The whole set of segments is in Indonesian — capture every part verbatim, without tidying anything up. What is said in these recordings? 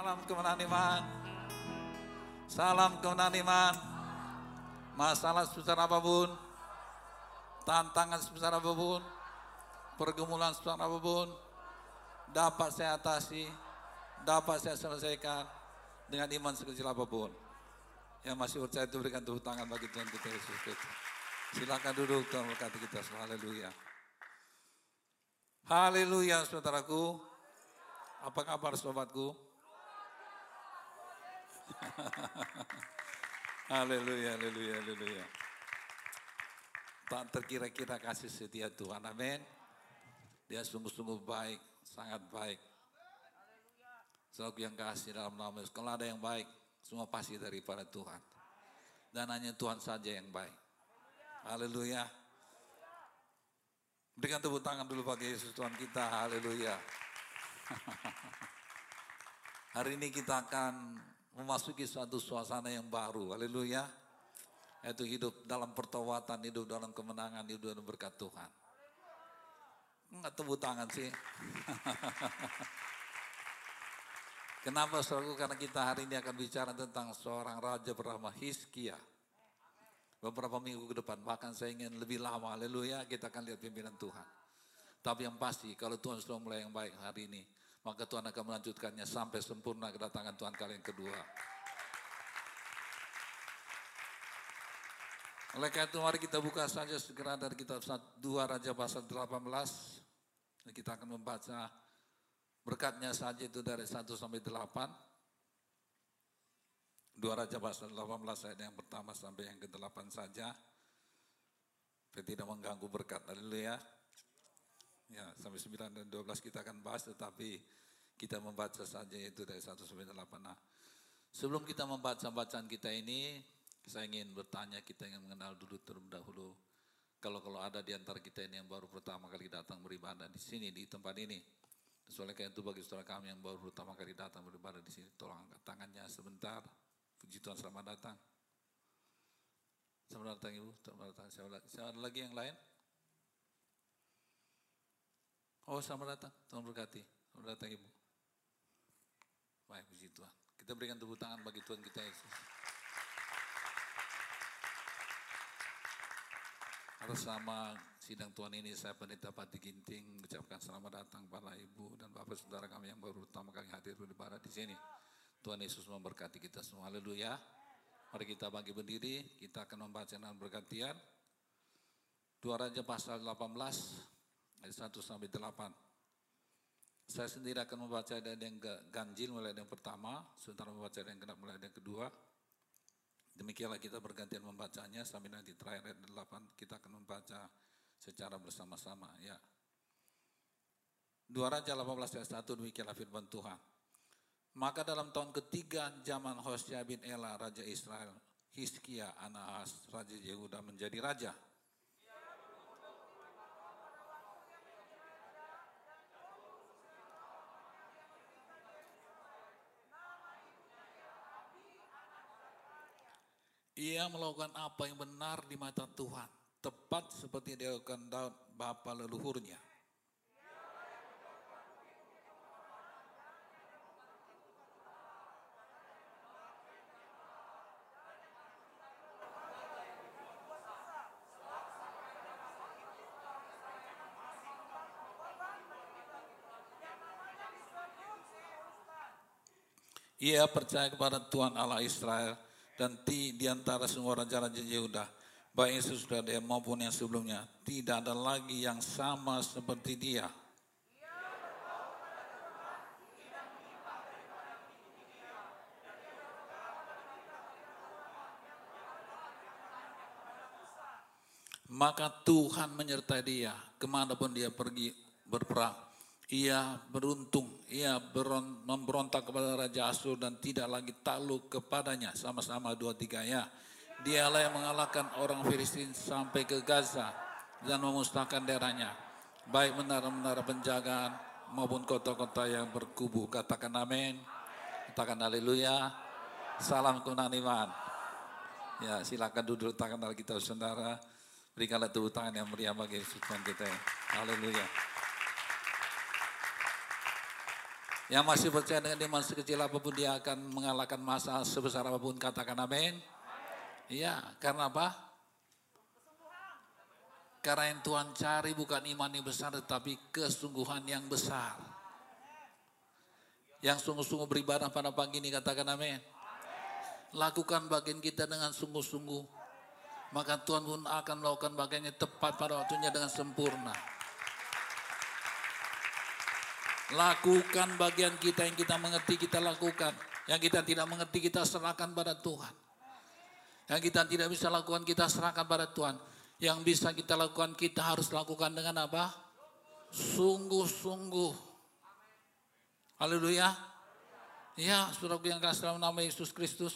Salam kemenangan iman. Salam kemenangan iman. Masalah sebesar apapun, tantangan sebesar apapun, pergumulan sebesar apapun, dapat saya atasi, dapat saya selesaikan dengan iman sekecil apapun. Yang masih percaya itu berikan tepuk tangan bagi Tuhan kita Yesus Kristus. Silakan duduk, Tuhan berkati kita semua. Haleluya. Haleluya, saudaraku. Apa kabar sobatku? Haleluya, haleluya, haleluya. Tak terkira-kira kasih setia Tuhan, amin. Dia sungguh-sungguh baik, sangat baik. Saudaraku yang kasih dalam nama Yesus, kalau ada yang baik, semua pasti daripada Tuhan. Dan hanya Tuhan saja yang baik. Haleluya. Berikan tepuk tangan dulu bagi Yesus Tuhan kita, haleluya. Hari ini kita akan memasuki suatu suasana yang baru, haleluya. Yaitu hidup dalam pertobatan, hidup dalam kemenangan, hidup dalam berkat Tuhan. Enggak tepuk tangan sih. Kenapa saudaraku? Karena kita hari ini akan bicara tentang seorang raja bernama Hizkia. Beberapa minggu ke depan, bahkan saya ingin lebih lama, haleluya, kita akan lihat pimpinan Tuhan. Tapi yang pasti, kalau Tuhan sudah mulai yang baik hari ini, maka Tuhan akan melanjutkannya sampai sempurna kedatangan Tuhan kali yang kedua. Oleh karena itu mari kita buka saja segera dari kitab dua Raja pasal delapan belas. Kita akan membaca berkatnya saja itu dari satu sampai delapan. dua Raja pasal delapan belas ayat yang pertama sampai yang ke-delapan saja. Supaya tidak mengganggu berkat, haleluya. Ya, sampai sembilan dan dua belas kita akan bahas, tetapi kita membaca saja itu dari satu sampai delapan. Nah, sebelum kita membaca bacaan kita ini, saya ingin bertanya, kita ingin mengenal dulu terlebih dahulu. Kalau kalau ada di antara kita ini yang baru pertama kali datang beribadah di sini, di tempat ini. Soalnya kayak itu bagi saudara kami yang baru pertama kali datang beribadah di sini, tolong angkat tangannya sebentar. Puji Tuhan, selamat datang. Selamat datang Ibu, selamat datang. Siapa ada lagi yang lain? Oh, selamat datang, Tuhan berkati. Selamat datang Ibu. Baik, puji Tuhan. Kita berikan tepuk tangan bagi Tuhan kita Yesus. Atas nama sidang Tuhan ini, saya Pendeta Pati Ginting mengucapkan selamat datang kepada Ibu dan Bapak Saudara kami yang baru pertama kali hadir beribadah di sini. Tuhan Yesus memberkati kita semua, haleluya. Mari kita bangkit berdiri, kita akan membaca dan bergantian. dua Raja pasal delapan belas, ayat satu sampai delapan. Saya sendiri akan membaca ayat yang ganjil mulai ayat yang pertama, sementara membaca ayat yang genap mulai ayat yang kedua. Demikianlah kita bergantian membacanya sampai nanti terakhir ayat delapan kita akan membaca secara bersama-sama, ya. dua Raja delapan belas ayat satu, demikianlah firman Tuhan. Maka dalam tahun ketiga zaman Hosea bin Ela raja Israel, Hizkia anak Ahaz raja Yehuda menjadi raja. Ia melakukan apa yang benar di mata Tuhan, tepat seperti yang dilakukan Daud bapa leluhurnya. Ia percaya kepada Tuhan Allah Israel dan di, di antara semua raja-raja Yehuda, baik yang sesudah dia maupun yang sebelumnya, tidak ada lagi yang sama seperti dia. Maka Tuhan menyertai dia kemanapun dia pergi berperang. Ia beruntung, ia beron, memberontak kepada Raja Asyur dan tidak lagi takluk kepadanya. Sama-sama dua tiga ya. Dialah yang mengalahkan orang Filistin sampai ke Gaza dan memusnahkan daerahnya. Baik menara-menara penjagaan maupun kota-kota yang berkubu. Katakan amin. Katakan haleluya. Salam kemenangan iman. Ya, silakan duduk tangan kita saudara. Berikanlah tepuk tangan yang meriah bagi Tuhan kita. Haleluya. Yang masih percaya dengan iman sekecil apapun dia akan mengalahkan masalah sebesar apapun, katakan amin. Iya, karena apa? Karena yang Tuhan cari bukan iman yang besar tetapi kesungguhan yang besar. Yang sungguh-sungguh beribadah pada pagi ini, katakan amin. Lakukan bagian kita dengan sungguh-sungguh. Maka Tuhan pun akan melakukan bagiannya tepat pada waktunya dengan sempurna. Lakukan bagian kita yang kita mengerti, kita lakukan. Yang kita tidak mengerti, kita serahkan pada Tuhan. Yang kita tidak bisa lakukan, kita serahkan pada Tuhan. Yang bisa kita lakukan, kita harus lakukan dengan apa? Sungguh-sungguh. Haleluya. Ya, saudaraku yang kasih dalam nama Yesus Kristus.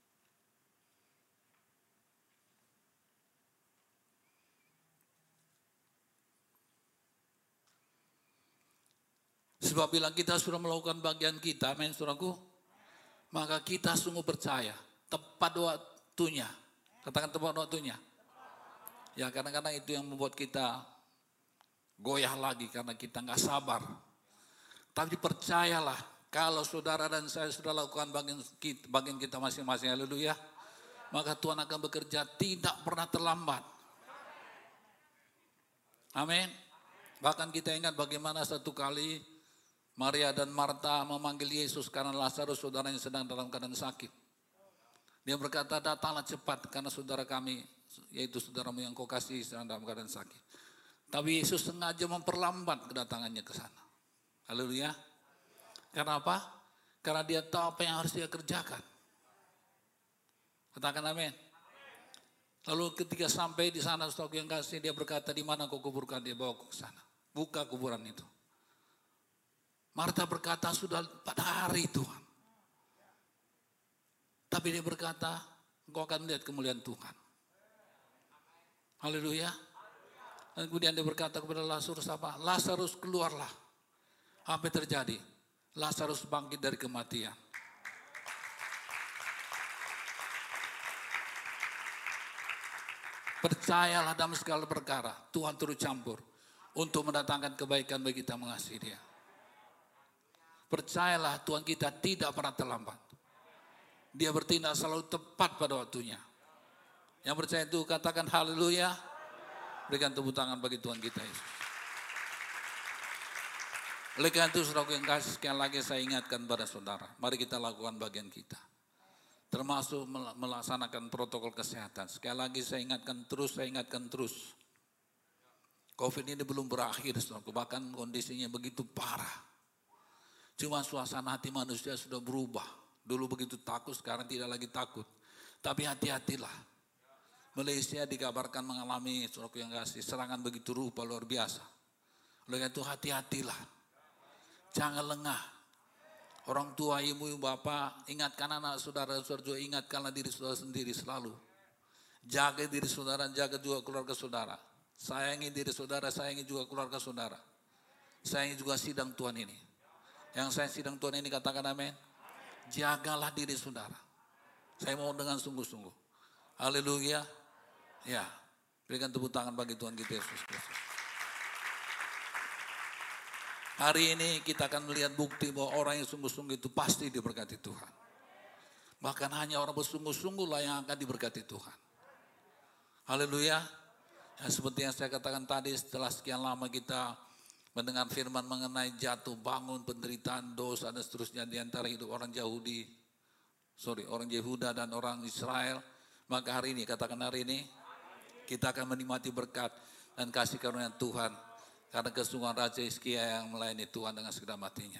Sebab bila kita sudah melakukan bagian kita, amin saudaraku, maka kita sungguh percaya, tepat waktunya. Katakan tepat waktunya. Ya kadang-kadang itu yang membuat kita goyah lagi karena kita nggak sabar. Tapi percayalah, kalau saudara dan saya sudah lakukan bagian kita, bagian kita masing-masing, haleluya, maka Tuhan akan bekerja tidak pernah terlambat. Amin. Bahkan kita ingat bagaimana satu kali Maria dan Marta memanggil Yesus karena Lazarus saudaranya sedang dalam keadaan sakit. Dia berkata, datanglah cepat karena saudara kami, yaitu saudaramu yang kau kasih sedang dalam keadaan sakit. Tapi Yesus sengaja memperlambat kedatangannya ke sana. Haleluya. Karena apa? Karena dia tahu apa yang harus dia kerjakan. Katakan amin. Lalu ketika sampai di sana, saudara yang kasih, dia berkata, di mana kau kuburkan? Dia bawa ke sana. Buka kuburan itu. Marta berkata, sudah pada hari Tuhan. Tapi dia berkata, engkau akan melihat kemuliaan Tuhan. Haleluya. Dan kemudian dia berkata kepada Lazarus apa? Lazarus keluarlah. Apa yang terjadi? Lazarus bangkit dari kematian. Percayalah dalam segala perkara, Tuhan turut campur untuk mendatangkan kebaikan bagi kita mengasihi Dia. Percayalah Tuhan kita tidak pernah terlambat. Dia bertindak selalu tepat pada waktunya. Yang percaya itu katakan haleluya. Berikan tepuk tangan bagi Tuhan kita Yesus. Oleh karena itu saudara yang kasih, sekali lagi saya ingatkan pada saudara. Mari kita lakukan bagian kita. Termasuk melaksanakan protokol kesehatan. Sekali lagi saya ingatkan terus, saya ingatkan terus. Covid ini belum berakhir saudara. Bahkan kondisinya begitu parah. Cuma suasana hati manusia sudah berubah. Dulu begitu takut, sekarang tidak lagi takut. Tapi hati-hatilah. Malaysia dikabarkan mengalami, saudaraku yang kasih, serangan begitu rupa luar biasa. Oleh karena itu hati-hatilah. Jangan lengah. Orang tua, ibu, bapak, ingatkan anak saudara, saudara juga ingatkanlah diri saudara sendiri selalu. Jaga diri saudara, jaga juga keluarga saudara. Sayangi diri saudara, sayangi juga keluarga saudara. Sayangi juga sidang Tuhan ini. Yang saya sidang Tuhan ini katakan amin. Jagalah diri saudara. Saya mau dengan sungguh-sungguh. Haleluya. Ya, berikan tepuk tangan bagi Tuhan kita Yesus Kristus. Hari ini kita akan melihat bukti bahwa orang yang sungguh-sungguh itu pasti diberkati Tuhan. Bahkan hanya orang bersungguh-sungguh lah yang akan diberkati Tuhan. Haleluya. Ya, seperti yang saya katakan tadi, setelah sekian lama kita mendengar firman mengenai jatuh bangun, penderitaan, dosa dan seterusnya di antara hidup orang Yahudi, sorry orang Yehuda dan orang Israel. Maka hari ini, katakan hari ini, kita akan menikmati berkat dan kasih karunia Tuhan. Karena kesungguhan Raja Hizkia yang melayani Tuhan dengan segenap hatinya.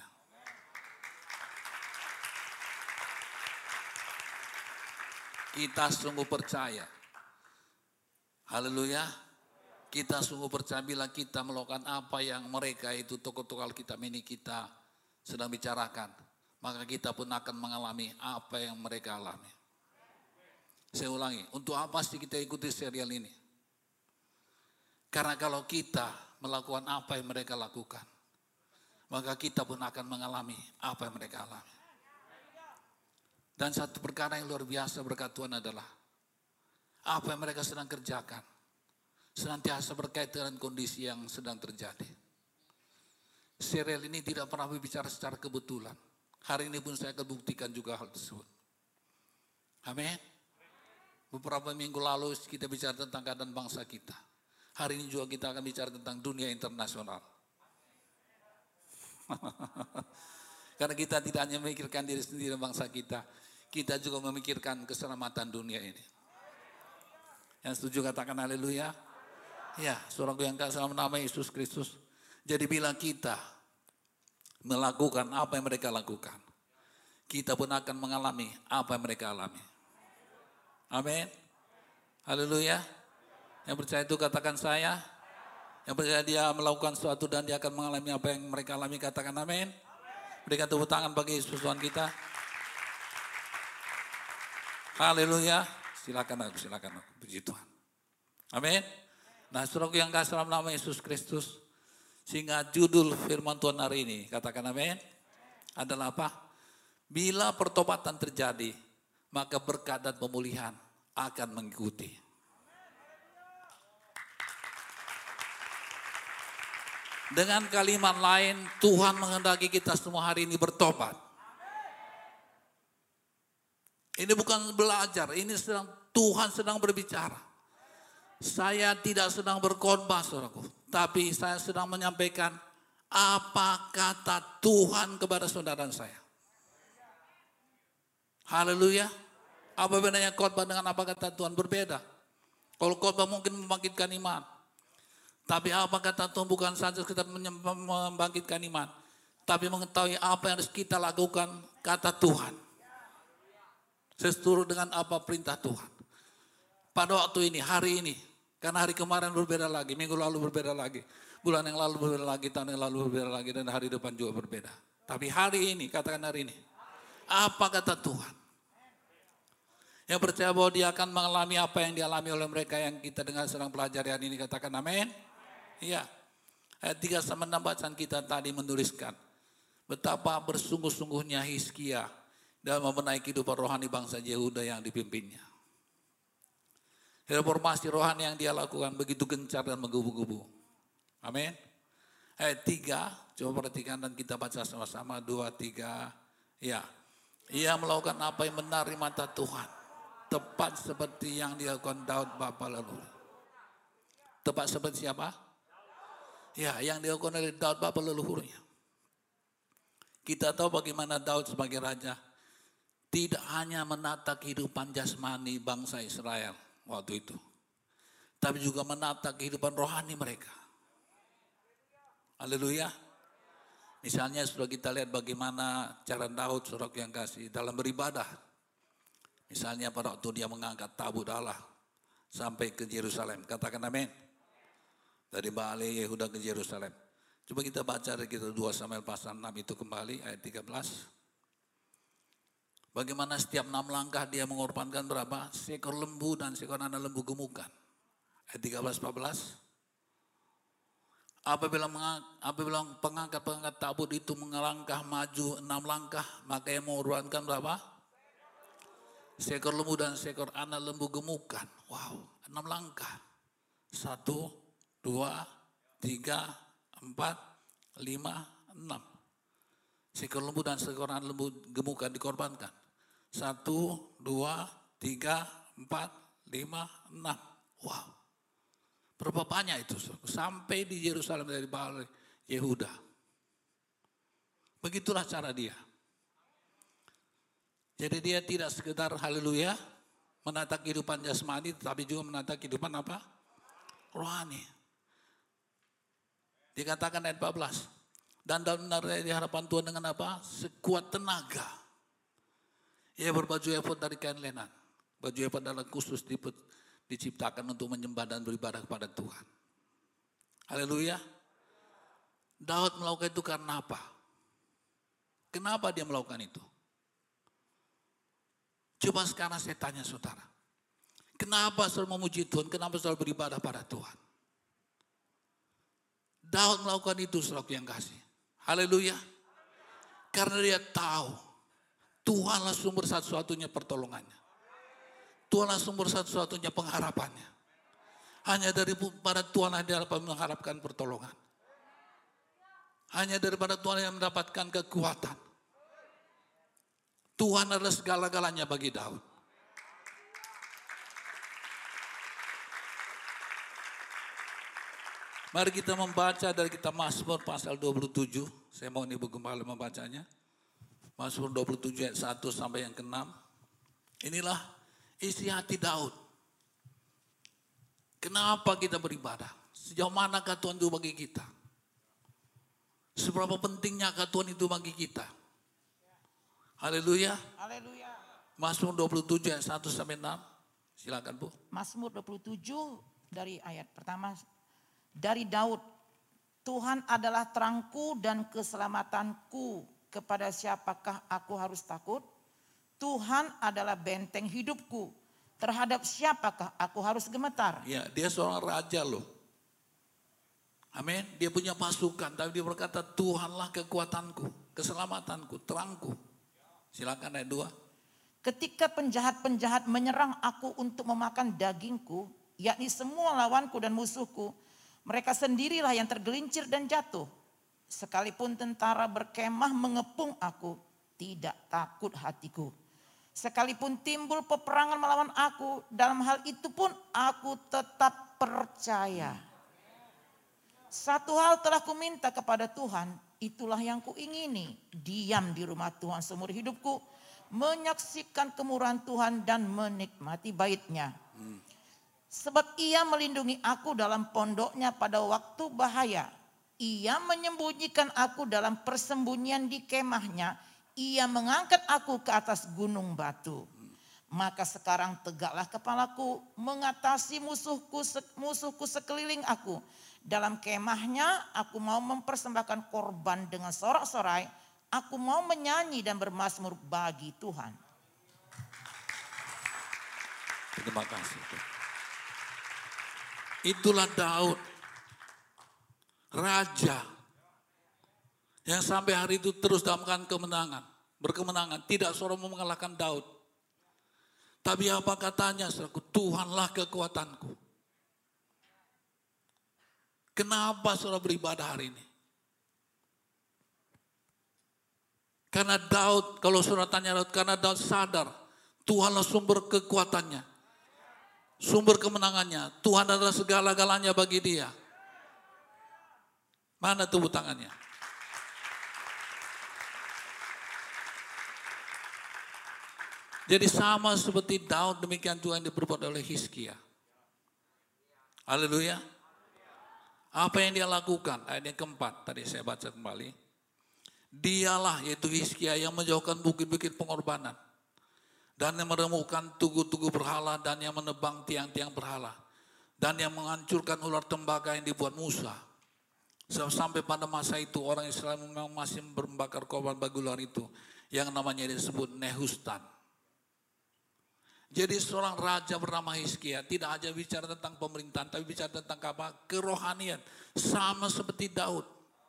Kita sungguh percaya. Haleluya. Kita sungguh percaya bila kita melakukan apa yang mereka itu tokoh-tokoh Alkitab ini kita sedang bicarakan. Maka kita pun akan mengalami apa yang mereka alami. Saya ulangi, untuk apa sih kita ikuti serial ini? Karena kalau kita melakukan apa yang mereka lakukan, maka kita pun akan mengalami apa yang mereka alami. Dan satu perkara yang luar biasa berkat Tuhan adalah apa yang mereka sedang kerjakan senantiasa berkaitan dengan kondisi yang sedang terjadi. serial ini tidak pernah berbicara secara kebetulan. Hari ini pun saya akan buktikan juga hal tersebut. Amin. Beberapa minggu lalu kita bicara tentang keadaan bangsa kita. Hari ini juga kita akan bicara tentang dunia internasional. Karena kita tidak hanya memikirkan diri sendiri dan bangsa kita, kita juga memikirkan keselamatan dunia ini. Yang setuju katakan haleluya. Ya, saudaraku yang kasih dalam nama Yesus Kristus. Jadi bila kita melakukan apa yang mereka lakukan, kita pun akan mengalami apa yang mereka alami. Amin. Haleluya. Yang percaya itu katakan saya. Yang percaya dia melakukan sesuatu dan dia akan mengalami apa yang mereka alami, katakan amin. Berikan tepuk tangan bagi Yesus Tuhan kita. Haleluya. Silakan aku, silakan aku. Puji Tuhan. Amin. Nah, saudaraku yang kasih dalam nama Yesus Kristus, sehingga judul firman Tuhan hari ini, katakan amin, adalah apa? Bila pertobatan terjadi, maka berkat dan pemulihan akan mengikuti. Dengan kalimat lain, Tuhan menghendaki kita semua hari ini bertobat. Ini bukan belajar, ini sedang Tuhan sedang berbicara. Saya tidak sedang berkhotbah, saudaraku, tapi saya sedang menyampaikan apa kata Tuhan kepada saudara dan saya. Haleluya. Apa bedanya khotbah dengan apa kata Tuhan? Berbeda. Kalau khotbah mungkin membangkitkan iman. Tapi apa kata Tuhan bukan saja sekedar membangkitkan iman, tapi mengetahui apa yang harus kita lakukan, kata Tuhan. Sesuai dengan apa perintah Tuhan. Pada waktu ini, hari ini, karena hari kemarin berbeda lagi, minggu lalu berbeda lagi, bulan yang lalu berbeda lagi, tahun yang lalu berbeda lagi, dan hari depan juga berbeda. Tapi hari ini, katakan hari ini, apa kata Tuhan? Yang percaya bahwa dia akan mengalami apa yang dialami oleh mereka yang kita dengar sedang pelajari hari ini, katakan amin. Iya. Ayat tiga sama enam bacaan kita tadi menuliskan betapa bersungguh-sungguhnya Hizkia dalam membenahi kehidupan rohani bangsa Yehuda yang dipimpinnya. Reformasi rohani yang dia lakukan begitu gencar dan menggebu-gebu. Amin. Ayat tiga, coba perhatikan dan kita baca sama-sama. Dua, tiga. Ya. Ia melakukan apa yang benar di mata Tuhan. Tepat seperti yang dilakukan Daud bapa leluhur. Tepat seperti siapa? Ya, yang dilakukan oleh Daud bapa leluhurnya. Kita tahu bagaimana Daud sebagai raja tidak hanya menata kehidupan jasmani bangsa Israel waktu itu, tapi juga menata kehidupan rohani mereka. Haleluya. Misalnya sudah kita lihat bagaimana cara Daud, saudara yang kasih, dalam beribadah. Misalnya pada waktu dia mengangkat tabut Allah sampai ke Yerusalem. Katakan amin. Dari Baalai Yehuda ke Yerusalem. Coba kita baca dari kita dua Samuel pasal enam itu kembali ayat tiga belas. Bagaimana setiap enam langkah dia mengorbankan berapa? Seekor lembu dan seekor anak lembu gemukan. Ayat tiga belas empat belas. Apabila, apabila pengangkat-pengangkat tabut itu mengelangkah maju enam langkah, maka yang mengorbankan berapa? Seekor lembu dan seekor anak lembu gemukan. Wow, enam langkah. Satu, dua, tiga, empat, lima, enam. Seekor lembu dan seekor anak lembu gemukan dikorbankan. Satu, dua, tiga, empat, lima, enam. Wow. Berapa banyak itu? Sampai di Yerusalem dari Baalai Yehuda. Begitulah cara dia. Jadi dia tidak sekedar haleluya menata kehidupan jasmani, tetapi juga menata kehidupan apa? Rohani. Dikatakan ayat empat belas. Dan dalam benar di hadapan Tuhan dengan apa? Sekuat tenaga. Ia berbaju efod dari kain lenan. Baju efod adalah khusus diciptakan untuk menyembah dan beribadah kepada Tuhan. Haleluya. Daud melakukan itu karena apa? Kenapa dia melakukan itu? Coba sekarang saya tanya saudara. Kenapa saudara memuji Tuhan? Kenapa saudara beribadah pada Tuhan? Daud melakukan itu saudara yang kasih. Haleluya. Karena dia tahu Tuhanlah sumber satu-satunya pertolongannya. Tuhanlah sumber satu-satunya pengharapannya. Hanya dari pada Tuhanlah dia dapat mengharapkan pertolongan. Hanya daripada Tuhan yang mendapatkan kekuatan. Tuhan adalah segala-galanya bagi Daud. Mari kita membaca dari kitab Mazmur pasal dua puluh tujuh. Saya mohon Ibu Gembala membacanya. Mazmur dua puluh tujuh ayat satu sampai yang keenam. Inilah isi hati Daud. Kenapa kita beribadah? Sejauh manakah Tuhan itu bagi kita? Seberapa pentingnyakah Tuhan itu bagi kita? Haleluya. Haleluya. Mazmur dua puluh tujuh ayat satu sampai enam. Silakan Bu. Mazmur dua puluh tujuh dari ayat pertama. Dari Daud, Tuhan adalah terangku dan keselamatanku. Kepada siapakah aku harus takut? Tuhan adalah benteng hidupku. Terhadap siapakah aku harus gemetar? Ya, dia seorang raja loh. Amin. Dia punya pasukan, tapi dia berkata Tuhanlah kekuatanku, keselamatanku, terangku. Silakan ayat dua. Ketika penjahat-penjahat menyerang aku untuk memakan dagingku, yakni semua lawanku dan musuhku, mereka sendirilah yang tergelincir dan jatuh. Sekalipun tentara berkemah mengepung aku, tidak takut hatiku. Sekalipun timbul peperangan melawan aku, dalam hal itu pun aku tetap percaya. Satu hal telah kuminta kepada Tuhan, itulah yang kuingini. Diam di rumah Tuhan seumur hidupku, menyaksikan kemurahan Tuhan dan menikmati bait-Nya. Hmm. Sebab Ia melindungi aku dalam pondoknya pada waktu bahaya. Ia menyembunyikan aku dalam persembunyian di kemahnya. Ia mengangkat aku ke atas gunung batu. Maka sekarang tegaklah kepalaku, mengatasi musuhku, musuhku sekeliling aku. Dalam kemahnya aku mau mempersembahkan korban dengan sorak-sorai. Aku mau menyanyi dan bermazmur bagi Tuhan. Terima kasih. Itulah Daud, raja yang sampai hari itu terus dalam kemenangan, berkemenangan. Tidak seorang mau mengalahkan Daud. Tapi apa katanya? Tuhanlah kekuatanku. Kenapa saudara beribadah hari ini? Karena Daud, kalau saudara tanya Daud, karena Daud sadar Tuhanlah sumber kekuatannya. Sumber kemenangannya. Tuhan adalah segala-galanya bagi dia. Mana tepuk tangannya? Jadi sama seperti Daud, demikian Tuhan diperbuat oleh Hizkia. Haleluya. Apa yang dia lakukan? Ayat yang keempat, tadi saya baca kembali. Dialah, yaitu Hizkia, yang menjauhkan bukit-bukit pengorbanan. Dan yang menemukan tugu-tugu berhala dan yang menebang tiang-tiang berhala. Dan yang menghancurkan ular tembaga yang dibuat Musa. Sampai pada masa itu orang Israel memang masih membakar korban bagi ular itu. Yang namanya disebut Nehustan. Jadi seorang raja bernama Hizkia tidak hanya bicara tentang pemerintahan. Tapi bicara tentang apa? Kerohanian. Sama seperti Daud.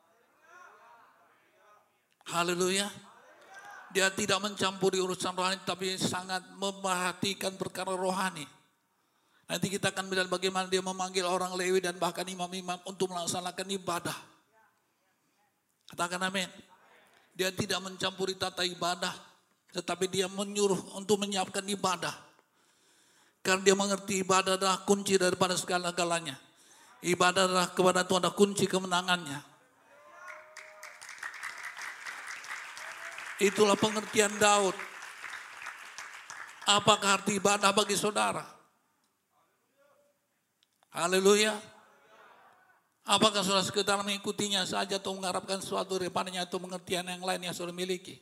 Haleluya. Dia tidak mencampuri urusan rohani tapi sangat memperhatikan perkara rohani. Nanti kita akan melihat bagaimana dia memanggil orang Lewi dan bahkan imam-imam untuk melaksanakan ibadah. Katakan amin. Dia tidak mencampuri tata ibadah, tetapi dia menyuruh untuk menyiapkan ibadah. Karena dia mengerti ibadah adalah kunci daripada segala-galanya. Ibadah adalah kepada Tuhan adalah kunci kemenangannya. Itulah pengertian Daud. Apakah arti ibadah bagi saudara? Haleluya. Apakah saudara sekedar mengikutinya saja atau mengharapkan sesuatu daripadanya atau pengertian yang lain yang saudara miliki?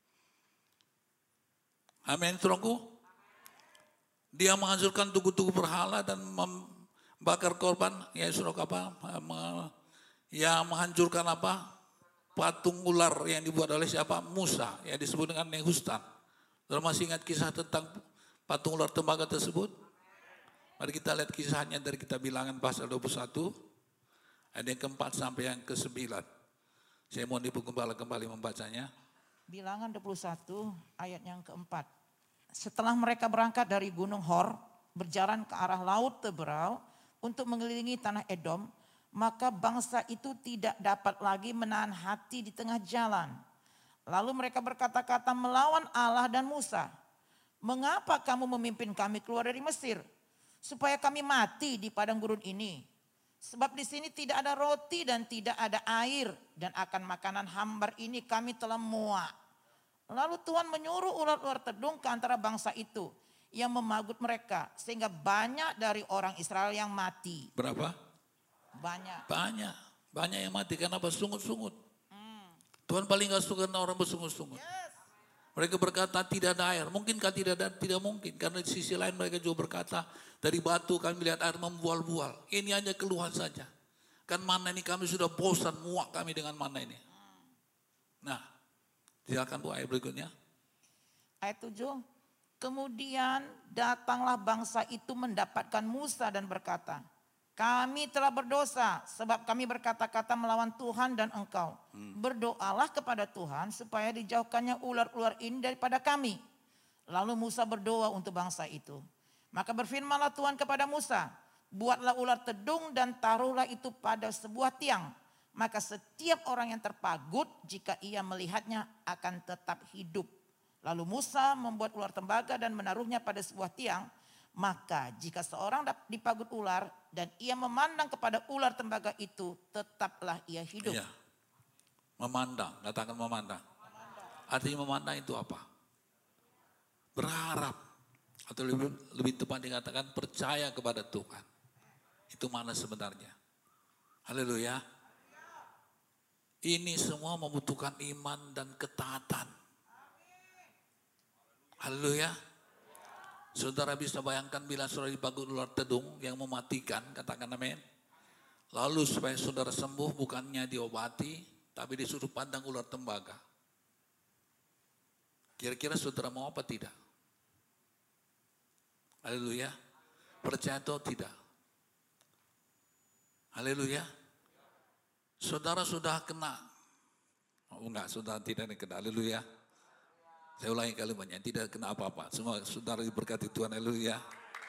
Amin, saudaraku. Dia menghancurkan tugu-tugu berhala dan membakar korban. Ya saudara apa? Ya menghancurkan apa? Patung ular yang dibuat oleh siapa? Musa, yang disebut dengan Nehustan. Saudara masih ingat kisah tentang patung ular tembaga tersebut? Mari kita lihat kisahnya dari kitab Bilangan pasal dua puluh satu, ayat yang keempat sampai yang kesembilan. Saya mohon Ibu Gembala kembali membacanya. Bilangan dua puluh satu, ayat yang keempat. Setelah mereka berangkat dari Gunung Hor, berjalan ke arah Laut Teberau untuk mengelilingi tanah Edom, maka bangsa itu tidak dapat lagi menahan hati di tengah jalan. Lalu mereka berkata-kata melawan Allah dan Musa. Mengapa kamu memimpin kami keluar dari Mesir? Supaya kami mati di padang gurun ini. Sebab di sini tidak ada roti dan tidak ada air. Dan akan makanan hambar ini kami telah muak. Lalu Tuhan menyuruh ular-ular tedung ke antara bangsa itu. Yang memagut mereka. Sehingga banyak dari orang Israel yang mati. Berapa? Banyak. Banyak. Banyak yang mati karena bersungut-sungut. Tuhan paling gak suka orang bersungut-sungut. Yes. Mereka berkata tidak ada air. Mungkinkah tidak ada? Tidak mungkin. Karena di sisi lain mereka juga berkata, dari batu kami lihat air membual-bual. Ini hanya keluhan saja. Kan mana ini kami sudah bosan, muak kami dengan mana ini. Nah, silakan Bu ayat berikutnya. Ayat tujuh. Kemudian datanglah bangsa itu mendapatkan Musa dan berkata, kami telah berdosa sebab kami berkata-kata melawan Tuhan dan engkau. Hmm. Berdoalah kepada Tuhan supaya dijauhkannya ular-ular ini daripada kami. Lalu Musa berdoa untuk bangsa itu. Maka berfirmanlah Tuhan kepada Musa, buatlah ular tedung dan taruhlah itu pada sebuah tiang. Maka setiap orang yang terpagut jika ia melihatnya akan tetap hidup. Lalu Musa membuat ular tembaga dan menaruhnya pada sebuah tiang. Maka jika seorang dipagut ular dan ia memandang kepada ular tembaga itu, tetaplah ia hidup. Ya. Memandang, katakan memandang. memandang. Artinya memandang itu apa? Berharap. Atau lebih, lebih tepat dikatakan percaya kepada Tuhan. Itu mana sebenarnya. Haleluya. Ini semua membutuhkan iman dan ketaatan. Haleluya. Saudara bisa bayangkan bila saudara dipagut ular tedung yang mematikan, katakan amin. Lalu supaya saudara sembuh bukannya diobati, tapi disuruh pandang ular tembaga. Kira-kira saudara mau apa tidak? Haleluya. Percaya atau tidak? Haleluya. Saudara sudah kena. Oh enggak, saudara tidak kena. Haleluya. Saya ulangi kalimatnya, tidak kena apa-apa. Semua saudara diberkati Tuhan, haleluya.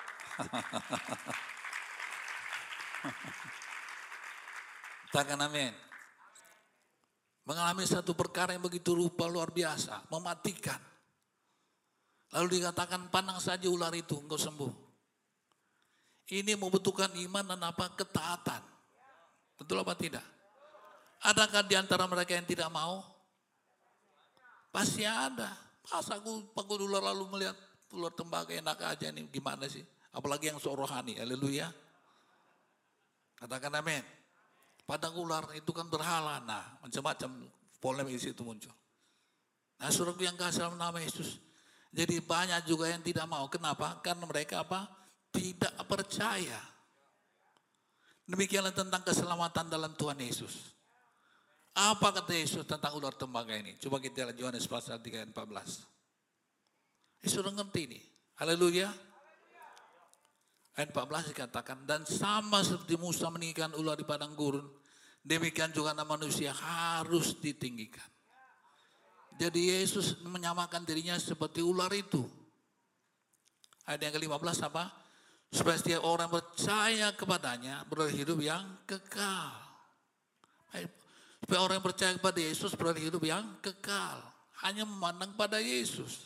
Katakan amin. Mengalami satu perkara yang begitu rupa luar biasa, mematikan. Lalu dikatakan pandang saja ular itu, engkau sembuh. Ini membutuhkan iman dan apa? Ketaatan. Betul apa tidak? Adakah di antara mereka yang tidak mau? Pasti ada. Masa aku pagut ular lalu melihat ular tembaga enak aja nih, gimana sih? Apalagi yang sok rohani, haleluya. Katakan amin. Padang ular itu kan berhala, nah macam-macam polemik di situ muncul. Nah saudaraku yang kasih dalam nama Yesus. Jadi banyak juga yang tidak mau, kenapa? Karena mereka apa? Tidak percaya. Demikianlah tentang keselamatan dalam Tuhan Yesus. Apa kata Yesus tentang ular tembaga ini? Coba kita lihat Yohanes pasal tiga ayat empat belas. Yesus sudah ngerti ini. Haleluya. Ayat empat belas dikatakan, dan sama seperti Musa meninggikan ular di padang gurun, demikian juga anak manusia harus ditinggikan. Jadi Yesus menyamakan dirinya seperti ular itu. Ayat yang ke lima belas apa? Supaya setiap orang percaya kepadanya beroleh hidup yang kekal. Supaya orang yang percaya kepada Yesus beroleh hidup yang kekal. Hanya memandang pada Yesus.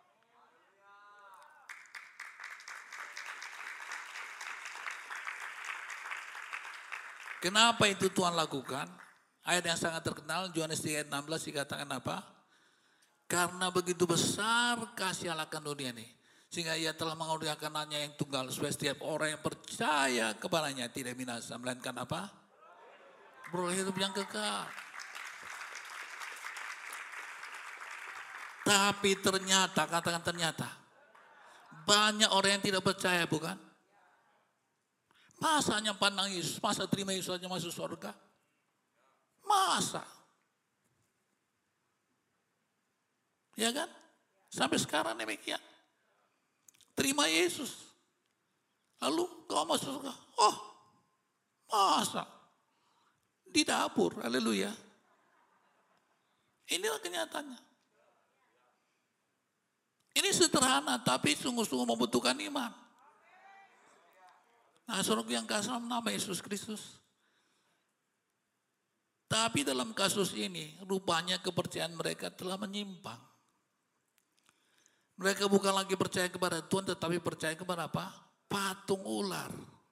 Kenapa itu Tuhan lakukan? Ayat yang sangat terkenal, Yohanes tiga ayat enam belas dikatakan apa? Karena begitu besar kasih Allah akan dunia ini. Sehingga ia telah mengaruniakan anaknya yang tunggal. Supaya setiap orang yang percaya kepadanya tidak binasa. Melainkan apa? Beroleh hidup yang kekal. Tapi ternyata, katakan ternyata, banyak orang yang tidak percaya, bukan? Masa hanya pandang Yesus, masa terima Yesus saja masuk surga? Masa? Ya kan? Sampai sekarang demikian. Terima Yesus. Lalu kau masuk surga. Oh, masa? Di dapur, haleluya. Inilah kenyataannya. Ini sederhana, tapi sungguh-sungguh membutuhkan iman. Nah, saudara yang kasih dalam nama Yesus Kristus. Tapi dalam kasus ini, rupanya kepercayaan mereka telah menyimpang. Mereka bukan lagi percaya kepada Tuhan, tetapi percaya kepada apa? Patung ular.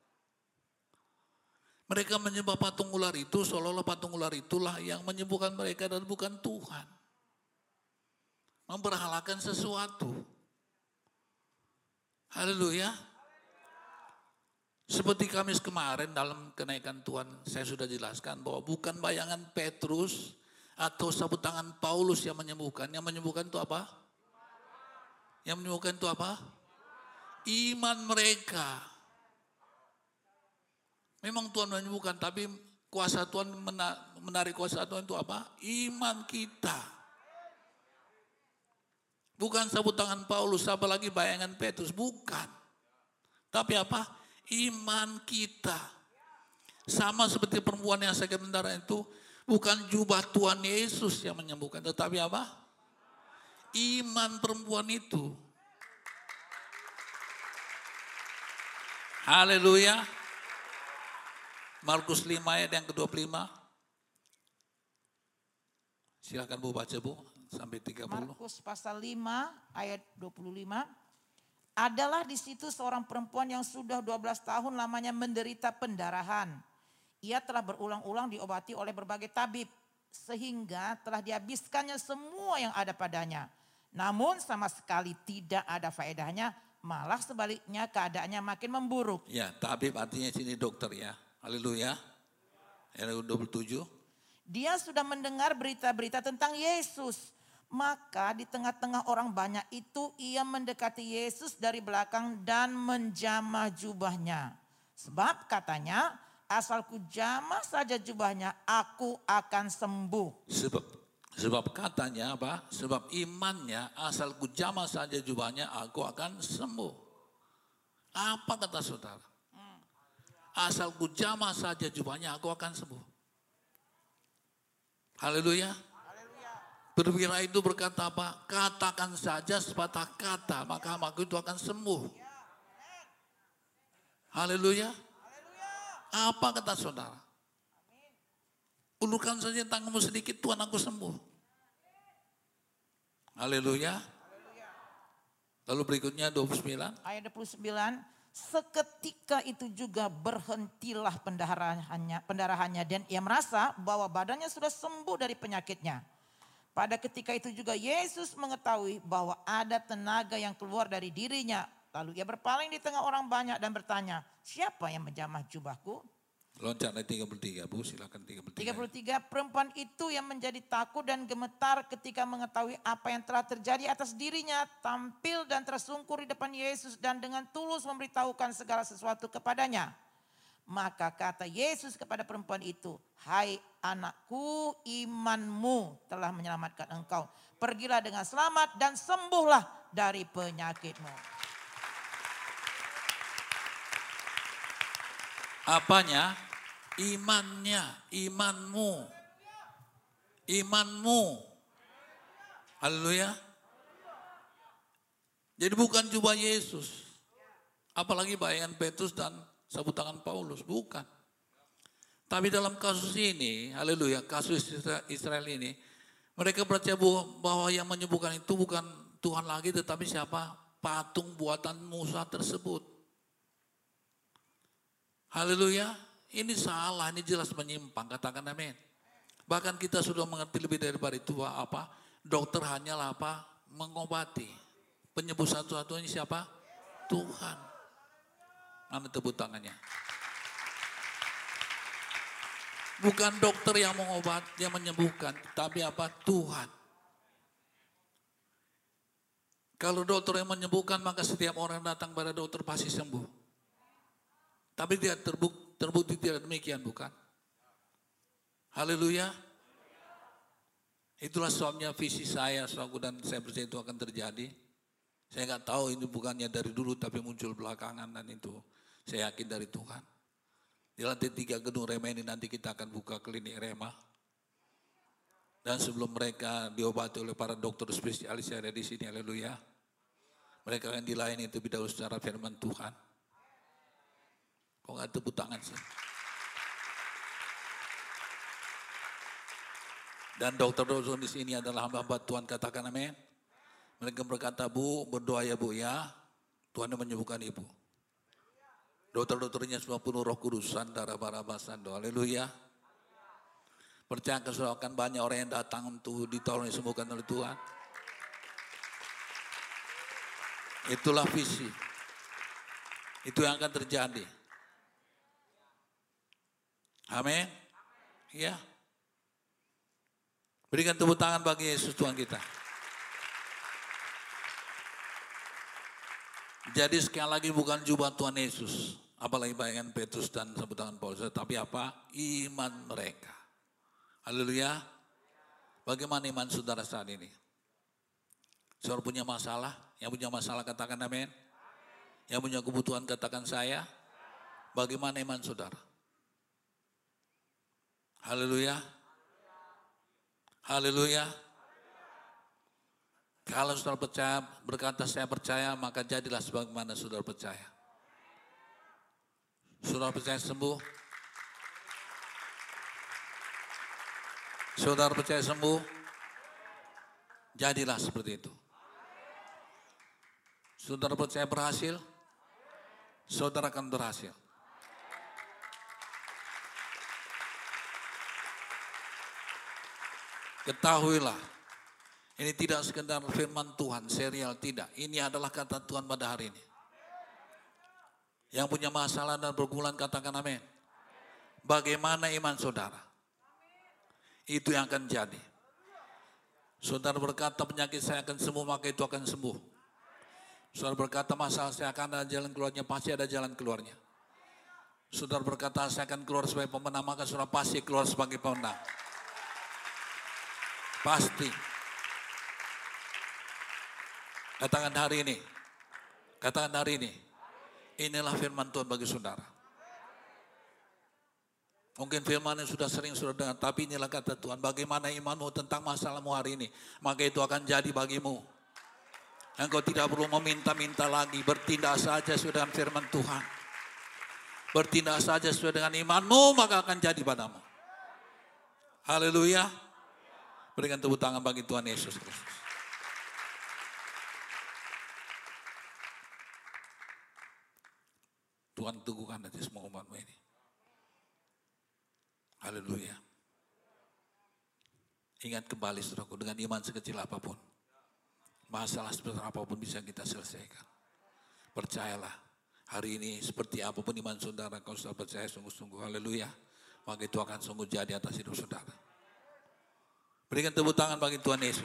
Mereka menyembah patung ular itu, seolah-olah patung ular itulah yang menyembuhkan mereka dan bukan Tuhan. Memberhalakan sesuatu. Haleluya. Seperti Kamis kemarin dalam kenaikan Tuhan, saya sudah jelaskan bahwa bukan bayangan Petrus atau sapu tangan Paulus yang menyembuhkan. Yang menyembuhkan itu apa? Yang menyembuhkan itu apa? Iman mereka. Memang Tuhan menyembuhkan, tapi kuasa Tuhan menarik kuasa Tuhan itu apa? Iman kita. Bukan sapu tangan Paulus, apalagi bayangan Petrus, bukan. Tapi apa? Iman kita. Sama seperti perempuan yang sakit mendarah itu, bukan jubah Tuhan Yesus yang menyembuhkan, tetapi apa? Iman perempuan itu. Haleluya. Markus lima ayat yang ke dua puluh lima. Silakan Bu baca Bu sampai tiga puluh. Markus pasal lima ayat dua puluh lima. Adalah di situ seorang perempuan yang sudah dua belas tahun lamanya menderita pendarahan. Ia telah berulang-ulang diobati oleh berbagai tabib, sehingga telah dihabiskannya semua yang ada padanya. Namun sama sekali tidak ada faedahnya, malah sebaliknya keadaannya makin memburuk. Ya, tabib artinya sini dokter ya. Haleluya. Ayat dua puluh tujuh. Dia sudah mendengar berita-berita tentang Yesus. Maka di tengah-tengah orang banyak itu ia mendekati Yesus dari belakang dan menjamah jubahnya. Sebab katanya, asal ku jamah saja jubahnya, aku akan sembuh. Sebab sebab katanya apa? Sebab imannya, asal ku jamah saja jubahnya, aku akan sembuh. Apa kata saudara? Asal ku jamah saja jubahnya, aku akan sembuh. Haleluya. Perwira itu berkata apa? Katakan saja sepatah kata, maka hamaku itu akan sembuh. Haleluya. Apa kata saudara? Ulurkan saja tanganmu sedikit, Tuhan aku sembuh. Haleluya. Lalu berikutnya dua puluh sembilan. Ayat dua puluh sembilan. Seketika itu juga berhentilah pendarahannya, pendarahannya dan ia merasa bahwa badannya sudah sembuh dari penyakitnya. Pada ketika itu juga Yesus mengetahui bahwa ada tenaga yang keluar dari dirinya. Lalu ia berpaling di tengah orang banyak dan bertanya, siapa yang menjamah jubahku? Loncat ayat tiga puluh tiga, Bu, silakan tiga puluh tiga. tiga puluh tiga, perempuan itu yang menjadi takut dan gemetar ketika mengetahui apa yang telah terjadi atas dirinya, tampil dan tersungkur di depan Yesus dan dengan tulus memberitahukan segala sesuatu kepadanya. Maka kata Yesus kepada perempuan itu, hai anakku, imanmu telah menyelamatkan engkau. Pergilah dengan selamat dan sembuhlah dari penyakitmu. Apanya? Imannya, imanmu. Imanmu. Haleluya. Jadi bukan jubah Yesus. Apalagi bayangan Petrus dan sapu tangan Paulus, bukan. Tapi dalam kasus ini, haleluya, kasus Israel ini, mereka percaya bahwa yang menyembuhkan itu bukan Tuhan lagi, tetapi siapa? Patung buatan Musa tersebut. Haleluya, ini salah, ini jelas menyimpang, katakan amin. Bahkan kita sudah mengerti lebih daripada itu bahwa apa? Dokter hanyalah apa? Mengobati. Penyembuh satu-satunya siapa? Tuhan. Mana tepuk tangannya? Bukan dokter yang mengobat, yang menyembuhkan, tapi apa? Tuhan. Kalau dokter yang menyembuhkan, maka setiap orang yang datang pada dokter pasti sembuh. Tapi tidak terbukti, terbukti tidak demikian, bukan? Haleluya. Itulah sebabnya visi saya, saudaraku, dan saya percaya itu akan terjadi. Saya nggak tahu ini bukannya dari dulu, tapi muncul belakangan dan itu. Saya yakin dari Tuhan. Di lantai tiga gedung Rema ini nanti kita akan buka klinik Rema. Dan sebelum mereka diobati oleh para dokter spesialis yang ada di sini, haleluya. Mereka akan dilayani itu dahulu secara firman Tuhan. Kok nggak tepuk tangan sih? Dan dokter-dokter di sini adalah hamba-hamba Tuhan, katakan amin. Mereka berkata, Bu, berdoa ya Bu ya, Tuhan yang menyembuhkan ibu. Dokter-dokternya semua penuh Roh Kudus, sandara barabasando, haleluya. Percaya saudara akan banyak orang yang datang untuk ditolong disembuhkan oleh Tuhan. Itulah visi. Itu yang akan terjadi. Amin. Ya. Berikan tepuk tangan bagi Yesus Tuhan kita. Jadi sekali lagi bukan jubah Tuhan Yesus, apalagi bayangan Petrus dan sebut tangan Paulus, tapi apa? Iman mereka. Haleluya. Bagaimana iman saudara saat ini? Saudara punya masalah? Yang punya masalah katakan amin. Yang punya kebutuhan katakan saya. Bagaimana iman saudara? Haleluya. Haleluya. Kalau saudara percaya, berkata saya percaya, maka jadilah sebagaimana saudara percaya. Saudara percaya sembuh? Saudara percaya sembuh? Jadilah seperti itu. Saudara percaya berhasil? Saudara akan berhasil. Ketahuilah, ini tidak sekedar firman Tuhan, serial tidak. Ini adalah kata Tuhan pada hari ini. Yang punya masalah dan bergumulan katakan amin. Bagaimana iman saudara? Itu yang akan jadi. Saudara berkata penyakit saya akan sembuh, maka itu akan sembuh. Saudara berkata masalah saya akan ada jalan keluarnya, pasti ada jalan keluarnya. Saudara berkata saya akan keluar sebagai pemenang, maka saudara pasti keluar sebagai pemenang. Pasti. Katakan hari ini. Katakan hari ini. Inilah firman Tuhan bagi saudara. Mungkin firman yang sudah sering sudah dengar, tapi inilah kata Tuhan. Bagaimana imanmu tentang masalahmu hari ini, maka itu akan jadi bagimu. Engkau tidak perlu meminta-minta lagi, bertindak saja sesuai dengan firman Tuhan. Bertindak saja sesuai dengan imanmu, maka akan jadi padamu. Haleluya. Berikan tepuk tangan bagi Tuhan Yesus Kristus. Tuhan teguhkan hati semua umatmu ini. Haleluya. Ingat kembali saudaraku, dengan iman sekecil apapun, masalah seperti apapun bisa kita selesaikan. Percayalah, hari ini seperti apapun iman saudara, kalau saudara percaya sungguh-sungguh, haleluya, maka itu akan sungguh jadi atas hidup saudara. Berikan tepuk tangan bagi Tuhan Yesus.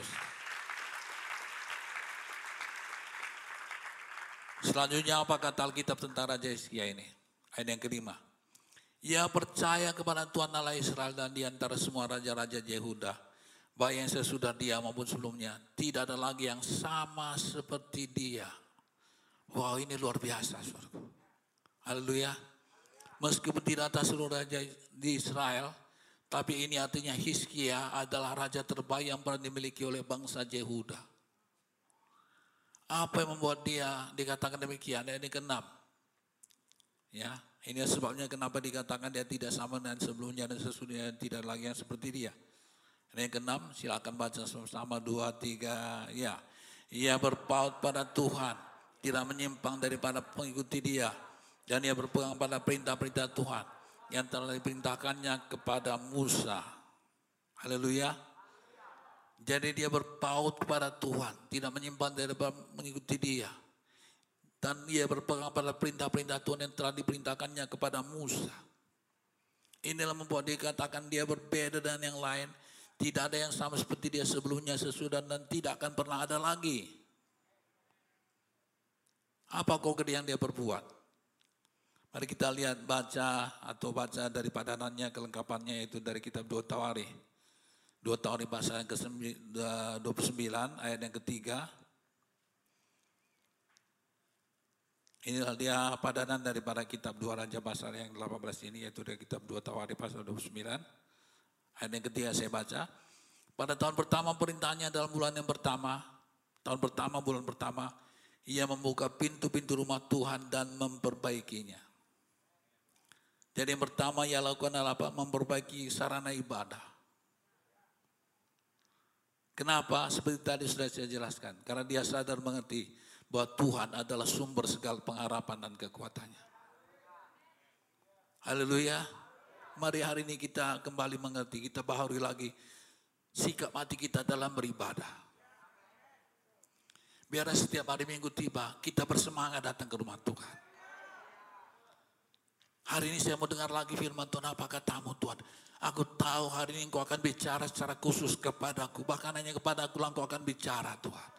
Selanjutnya apa kata Alkitab tentang Raja Hizkia ini? Ayat yang kelima. Ia percaya kepada Tuhan Allah Israel dan di antara semua raja-raja Yehuda, baik yang sesudah dia maupun sebelumnya, tidak ada lagi yang sama seperti dia. Wow, ini luar biasa, saudaraku. Haleluya. Meskipun tidak atas seluruh raja di Israel, tapi ini artinya Hizkia adalah raja terbaik yang pernah dimiliki oleh bangsa Yehuda. Apa yang membuat dia dikatakan demikian? Ayat yang keenam. Ya, ini sebabnya kenapa dikatakan dia tidak sama dengan sebelumnya dan sesudahnya tidak lagi yang seperti dia. Ayat yang keenam, silakan baca sama-sama dua tiga. Ya, ia berpaut pada Tuhan, tidak menyimpang daripada mengikuti dia, dan ia berpegang pada perintah-perintah Tuhan yang telah diperintahkannya kepada Musa. Haleluya. Jadi dia berpaut kepada Tuhan, tidak menyimpan daripada mengikuti dia. Dan ia berpegang pada perintah-perintah Tuhan yang telah diperintahkannya kepada Musa. Inilah membuat dia katakan dia berbeda dengan yang lain. Tidak ada yang sama seperti dia sebelumnya, sesudah, dan tidak akan pernah ada lagi. Apa kode yang dia perbuat? Mari kita lihat, baca atau baca dari padanannya, kelengkapannya yaitu dari kitab dua Tawarikh. dua Tawarikh pasal yang ke dua puluh sembilan ayat yang ketiga. Inilah dia padanan daripada kitab dua Raja pasal yang delapan belas ini, yaitu dari kitab dua Tawarikh pasal dua puluh sembilan. Ayat yang ketiga saya baca. Pada tahun pertama perintahnya dalam bulan yang pertama, tahun pertama bulan pertama, ia membuka pintu-pintu rumah Tuhan dan memperbaikinya. Jadi yang pertama ia lakukan adalah apa? Memperbaiki sarana ibadah. Kenapa? Seperti tadi sudah saya jelaskan. Karena dia sadar mengerti bahwa Tuhan adalah sumber segala pengharapan dan kekuatannya. Haleluya. Mari hari ini kita kembali mengerti, kita baharui lagi sikap hati kita dalam beribadah. Biar setiap hari Minggu tiba, kita bersemangat datang ke rumah Tuhan. Hari ini saya mau dengar lagi firman Tuhan, apa katamu Tuhan? Aku tahu hari ini Engkau akan bicara secara khusus kepadaku. Bahkan hanya kepada aku Engkau akan bicara Tuhan.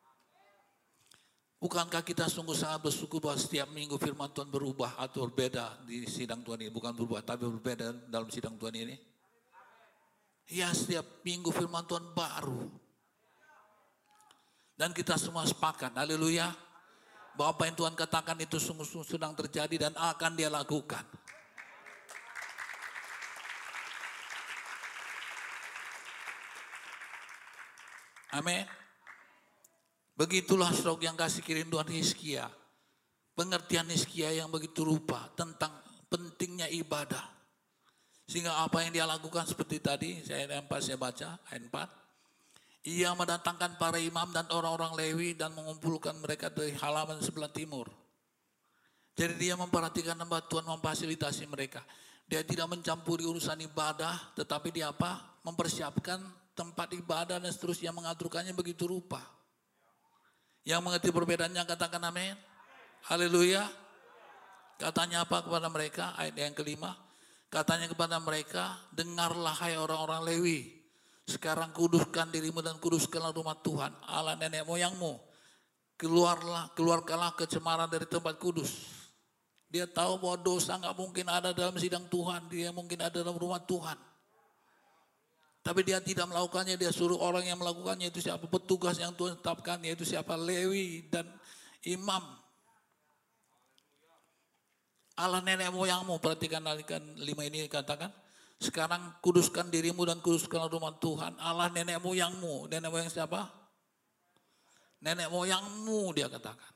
Bukankah kita sungguh sangat bersyukur bahwa setiap minggu firman Tuhan berubah atau berbeda di sidang Tuhan ini. Bukan berubah tapi berbeda dalam sidang Tuhan ini. Ya, setiap minggu firman Tuhan baru. Dan kita semua sepakat, haleluya. Bahwa apa yang Tuhan katakan itu sungguh-sungguh sedang terjadi dan akan dia lakukan. Amin. Begitulah saudara yang kasih kirim Tuhan Hizkia. Pengertian Hizkia yang begitu rupa tentang pentingnya ibadah. Sehingga apa yang dia lakukan seperti tadi, saya empat saya baca ayat empat. Ia mendatangkan para imam dan orang-orang Lewi dan mengumpulkan mereka dari halaman sebelah timur. Jadi dia memperhatikan hamba Tuhan memfasilitasi mereka. Dia tidak mencampuri urusan ibadah, tetapi dia apa? Mempersiapkan tempat ibadah dan seterusnya, mengaturkannya begitu rupa. Yang mengerti perbedaannya katakan amin. Haleluya. Katanya apa kepada mereka? Ayat yang kelima. Katanya kepada mereka, dengarlah hai orang-orang Lewi. Sekarang kuduskan dirimu dan kuduskanlah rumah Tuhan, Allah nenek moyangmu. Keluarlah, keluarkanlah kecemaran dari tempat kudus. Dia tahu bahwa dosa nggak mungkin ada dalam sidang Tuhan. Dia mungkin ada dalam rumah Tuhan. Tapi dia tidak melakukannya, dia suruh orang yang melakukannya itu siapa? Petugas yang Tuhan tetapkan, yaitu siapa? Lewi dan imam. Allah nenek moyangmu, perhatikan alikan lima ini katakan. Sekarang kuduskan dirimu dan kuduskanlah rumah Tuhan, Allah nenek moyangmu. Nenek moyang siapa? Nenek moyangmu dia katakan.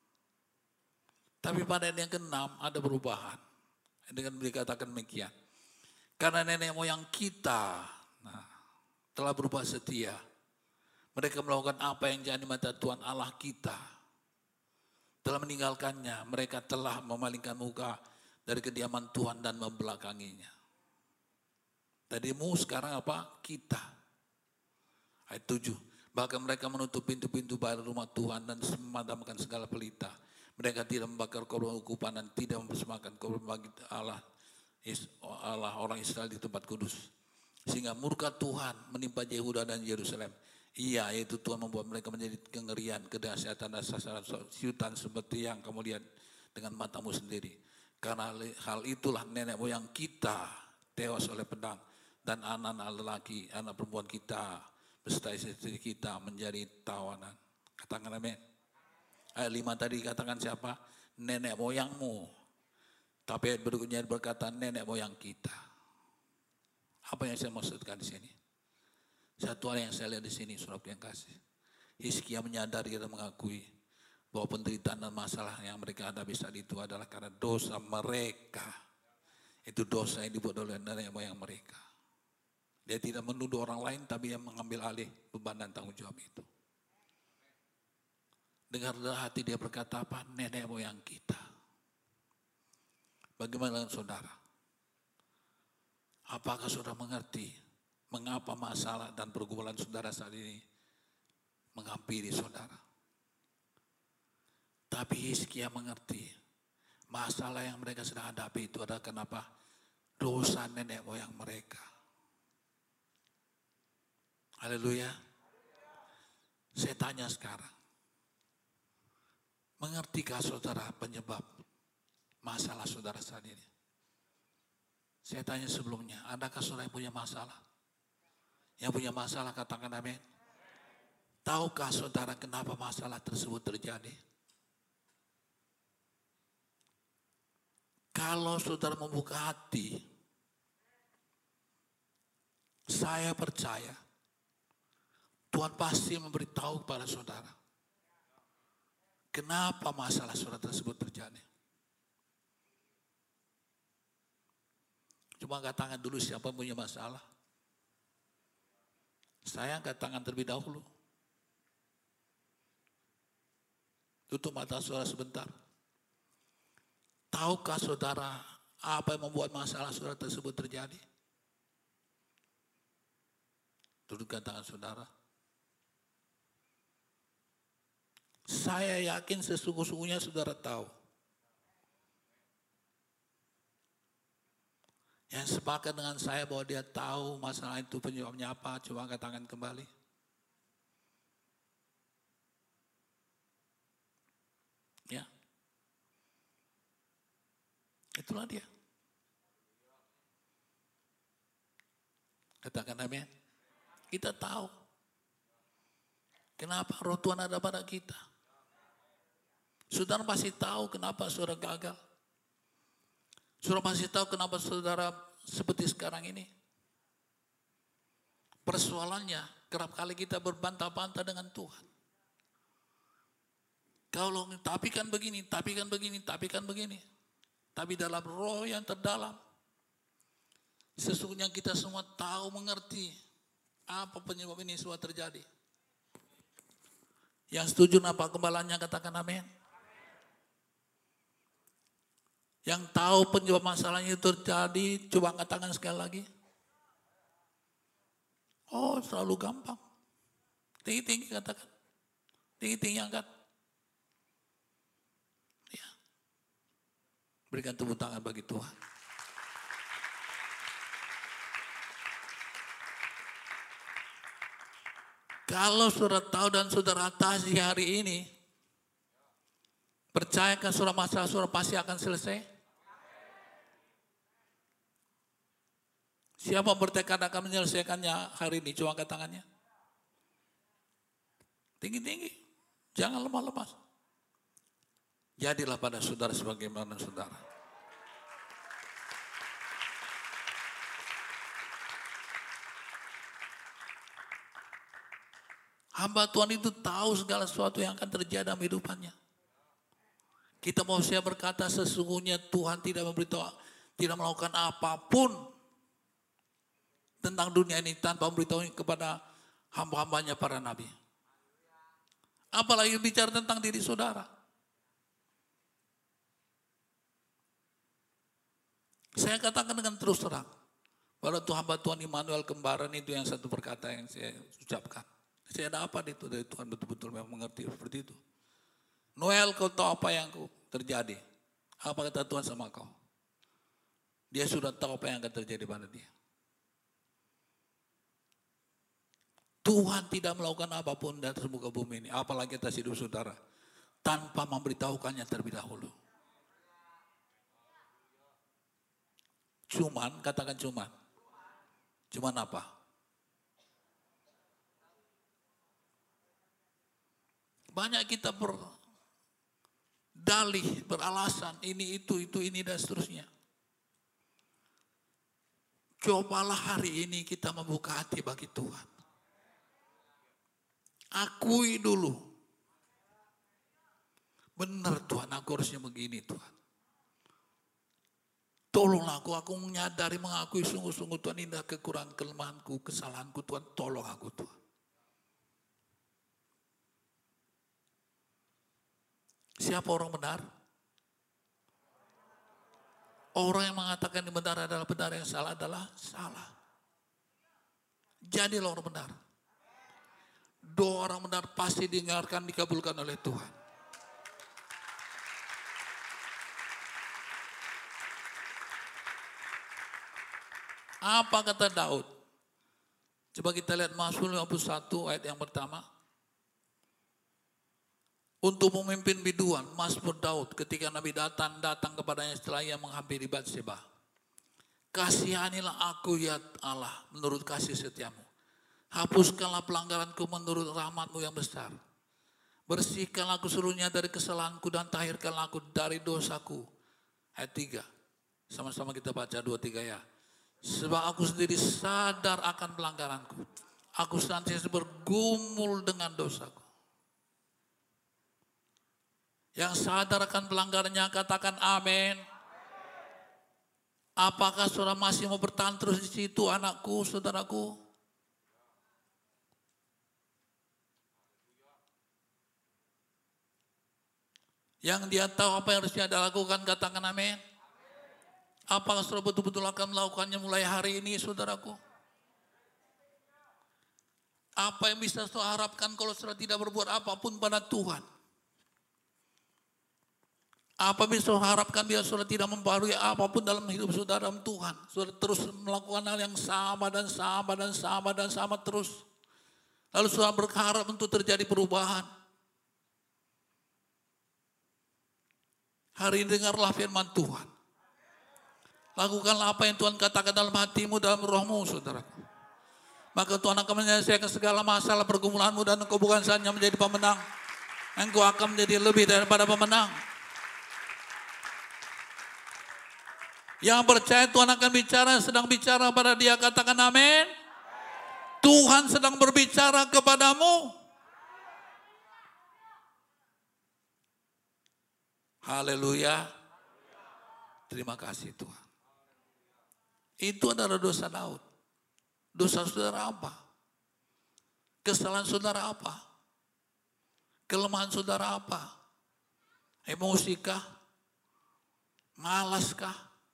Tapi pada yang keenam ada perubahan. Dengan dikatakan demikian. Karena nenek moyang kita nah, telah berubah setia. Mereka melakukan apa yang jadi mata Tuhan Allah kita. Telah meninggalkannya, mereka telah memalingkan muka dari kediaman Tuhan dan membelakanginya. Tadimu sekarang apa? Kita. Ayat tujuh. Bahkan mereka menutup pintu-pintu baru rumah Tuhan dan memadamkan segala pelita. Mereka tidak membakar korban ukupan dan tidak mempersembahkan korban bagi Allah, Allah orang Israel di tempat kudus. Sehingga murka Tuhan menimpa Yehuda dan Yerusalem. Iya, yaitu Tuhan membuat mereka menjadi kengerian, kedahsyatan dan sasaran syaitan seperti yang kamu lihat dengan matamu sendiri. Karena hal itulah nenek moyang kita tewas oleh pedang dan anak-anak lelaki, anak perempuan kita beserta istri kita menjadi tawanan. Katakan amin. Ayat lima tadi katakan siapa? Nenek moyangmu. Tapi ayat berikutnya berkata nenek moyang kita. Apa yang saya maksudkan di sini? Satu hal yang saya lihat di sini, saudara yang kasih. Hizkia menyadari dan mengakui bahwa penderitaan dan masalah yang mereka hadapi saat itu adalah karena dosa mereka. Itu dosa yang dibuat oleh nenek moyang mereka. Dia tidak menuduh orang lain, tapi dia mengambil alih beban dan tanggung jawab itu. Dengar dalam hati dia berkata apa? Nenek moyang kita. Bagaimana dengan saudara? Apakah saudara mengerti mengapa masalah dan pergumulan saudara saat ini menghampiri saudara? Tapi Hizkia mengerti masalah yang mereka sedang hadapi itu adalah kenapa? Dosa nenek moyang mereka. Haleluya. Saya tanya sekarang. Mengertikah saudara penyebab masalah saudara saat ini? Saya tanya sebelumnya, adakah saudara yang punya masalah? Yang punya masalah katakan amin. Tahukah saudara kenapa masalah tersebut terjadi? Kalau saudara membuka hati, saya percaya Tuhan pasti memberitahu kepada saudara kenapa masalah saudara tersebut terjadi. Cuma katakan dulu siapa punya masalah. Saya angkat tangan terlebih dahulu. Tutup mata saudara sebentar. Tahukah saudara apa yang membuat masalah saudara tersebut terjadi? Tundukkan tangan saudara. Saya yakin sesungguh-sungguhnya saudara tahu. Yang sepakat dengan saya bahwa dia tahu masalah itu penyebabnya apa, coba angkat tangan kembali. Ya. Itulah dia. Katakan amin. Kita tahu. Kenapa roh Tuhan ada pada kita. Saudara pasti tahu kenapa saudara gagal. Saudara pasti tahu kenapa saudara seperti sekarang ini. Persoalannya, kerap kali kita berbantah-bantah dengan Tuhan. Kalau tapi kan begini, tapi kan begini, tapi kan begini. Tapi dalam roh yang terdalam, sesungguhnya kita semua tahu, mengerti apa penyebab ini semua terjadi. Yang setuju napa gembalanya katakan amin. Yang tahu penyebab masalahnya itu terjadi, coba angkat tangan sekali lagi. Oh, selalu gampang. Tinggi-tinggi katakan. Tinggi-tinggi angkat. Ya. Berikan tepuk tangan bagi Tuhan. Kalau saudara tahu dan saudara atasi hari ini, percayakan saudara masalah saudara pasti akan selesai. Siapa bertekad akan menyelesaikannya hari ini? Coba angkat tangannya. Tinggi-tinggi. Jangan lemah-lemah. Jadilah pada saudara sebagaimana saudara. Hamba Tuhan itu tahu segala sesuatu yang akan terjadi dalam hidupannya. Kita mau saya berkata sesungguhnya Tuhan tidak memberitahu, tidak melakukan apapun tentang dunia ini tanpa memberitahu kepada hamba-hambanya para nabi. Apalagi bicara tentang diri saudara. Saya katakan dengan terus terang. Pada Tuhan hamba Tuhan Immanuel Kembaran itu yang satu perkata yang saya ucapkan. Saya dapat itu dari Tuhan betul-betul memang mengerti seperti itu. Noel, kau tahu apa yang terjadi? Apa kata Tuhan sama kau? Dia sudah tahu apa yang akan terjadi pada dia. Tuhan tidak melakukan apapun di atas muka bumi ini, apalagi atas hidup saudara, tanpa memberitahukannya terlebih dahulu. Cuman, katakan cuman. Cuman apa? Banyak kita berdalih, beralasan, ini, itu, itu, ini, dan seterusnya. Cobalah hari ini kita membuka hati bagi Tuhan. Akui dulu. Benar Tuhan, aku harusnya begini Tuhan. Tolonglah aku, aku menyadari, mengakui sungguh-sungguh Tuhan indah kekurangan kelemahanku, kesalahanku Tuhan, tolong aku Tuhan. Siapa orang benar? Orang yang mengatakan yang benar adalah benar, yang salah adalah salah. Jadilah orang benar. Doa orang benar pasti didengarkan, dikabulkan oleh Tuhan. Apa kata Daud? Coba kita lihat Mazmur lima puluh satu ayat yang pertama. Untuk memimpin biduan, Mazmur Daud ketika Nabi Datan datang kepadanya setelah ia menghampiri Batseba. Kasihanilah aku ya Allah menurut kasih setiamu. Hapuskanlah pelanggaranku menurut rahmatmu yang besar. Bersihkanlah aku seluruhnya dari kesalahanku dan tahirkanlah aku dari dosaku. Ayat tiga. Sama-sama kita baca dua tiga ya. Sebab aku sendiri sadar akan pelanggaranku. Aku senantiasa bergumul dengan dosaku. Yang sadar akan pelanggarannya katakan amin. Apakah saudara masih mau bertahan terus di situ anakku, saudaraku? Yang dia tahu apa yang harusnya dia lakukan, katakan amin. Apakah saudara betul-betul akan melakukannya mulai hari ini, saudaraku? Apa yang bisa saudara harapkan kalau saudara tidak berbuat apapun pada Tuhan? Apa bisa saudara harapkan bila saudara tidak membaharui apapun dalam hidup saudara dalam Tuhan? Saudara terus melakukan hal yang sama dan sama dan sama dan sama terus. Lalu saudara berharap untuk terjadi perubahan. Hari ini dengarlah firman Tuhan. Lakukanlah apa yang Tuhan katakan dalam hatimu, dalam rohmu, saudaraku. Maka Tuhan akan menyelesaikan segala masalah pergumulanmu dan engkau bukan saja menjadi pemenang. Engkau akan menjadi lebih daripada pemenang. Yang percaya Tuhan akan bicara, sedang bicara pada dia, katakan amin. Tuhan sedang berbicara kepadamu. Haleluya. Terima kasih Tuhan. Itu adalah dosa Daud. Dosa saudara apa? Kesalahan saudara apa? Kelemahan saudara apa? Emosikah? Malaskah?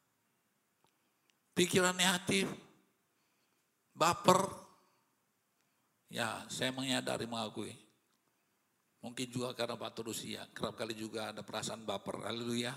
Pikiran negatif? Baper? Ya, saya menyadari, mengakui. Mungkin juga karena faktor usia. Kerap kali juga ada perasaan baper. Haleluya.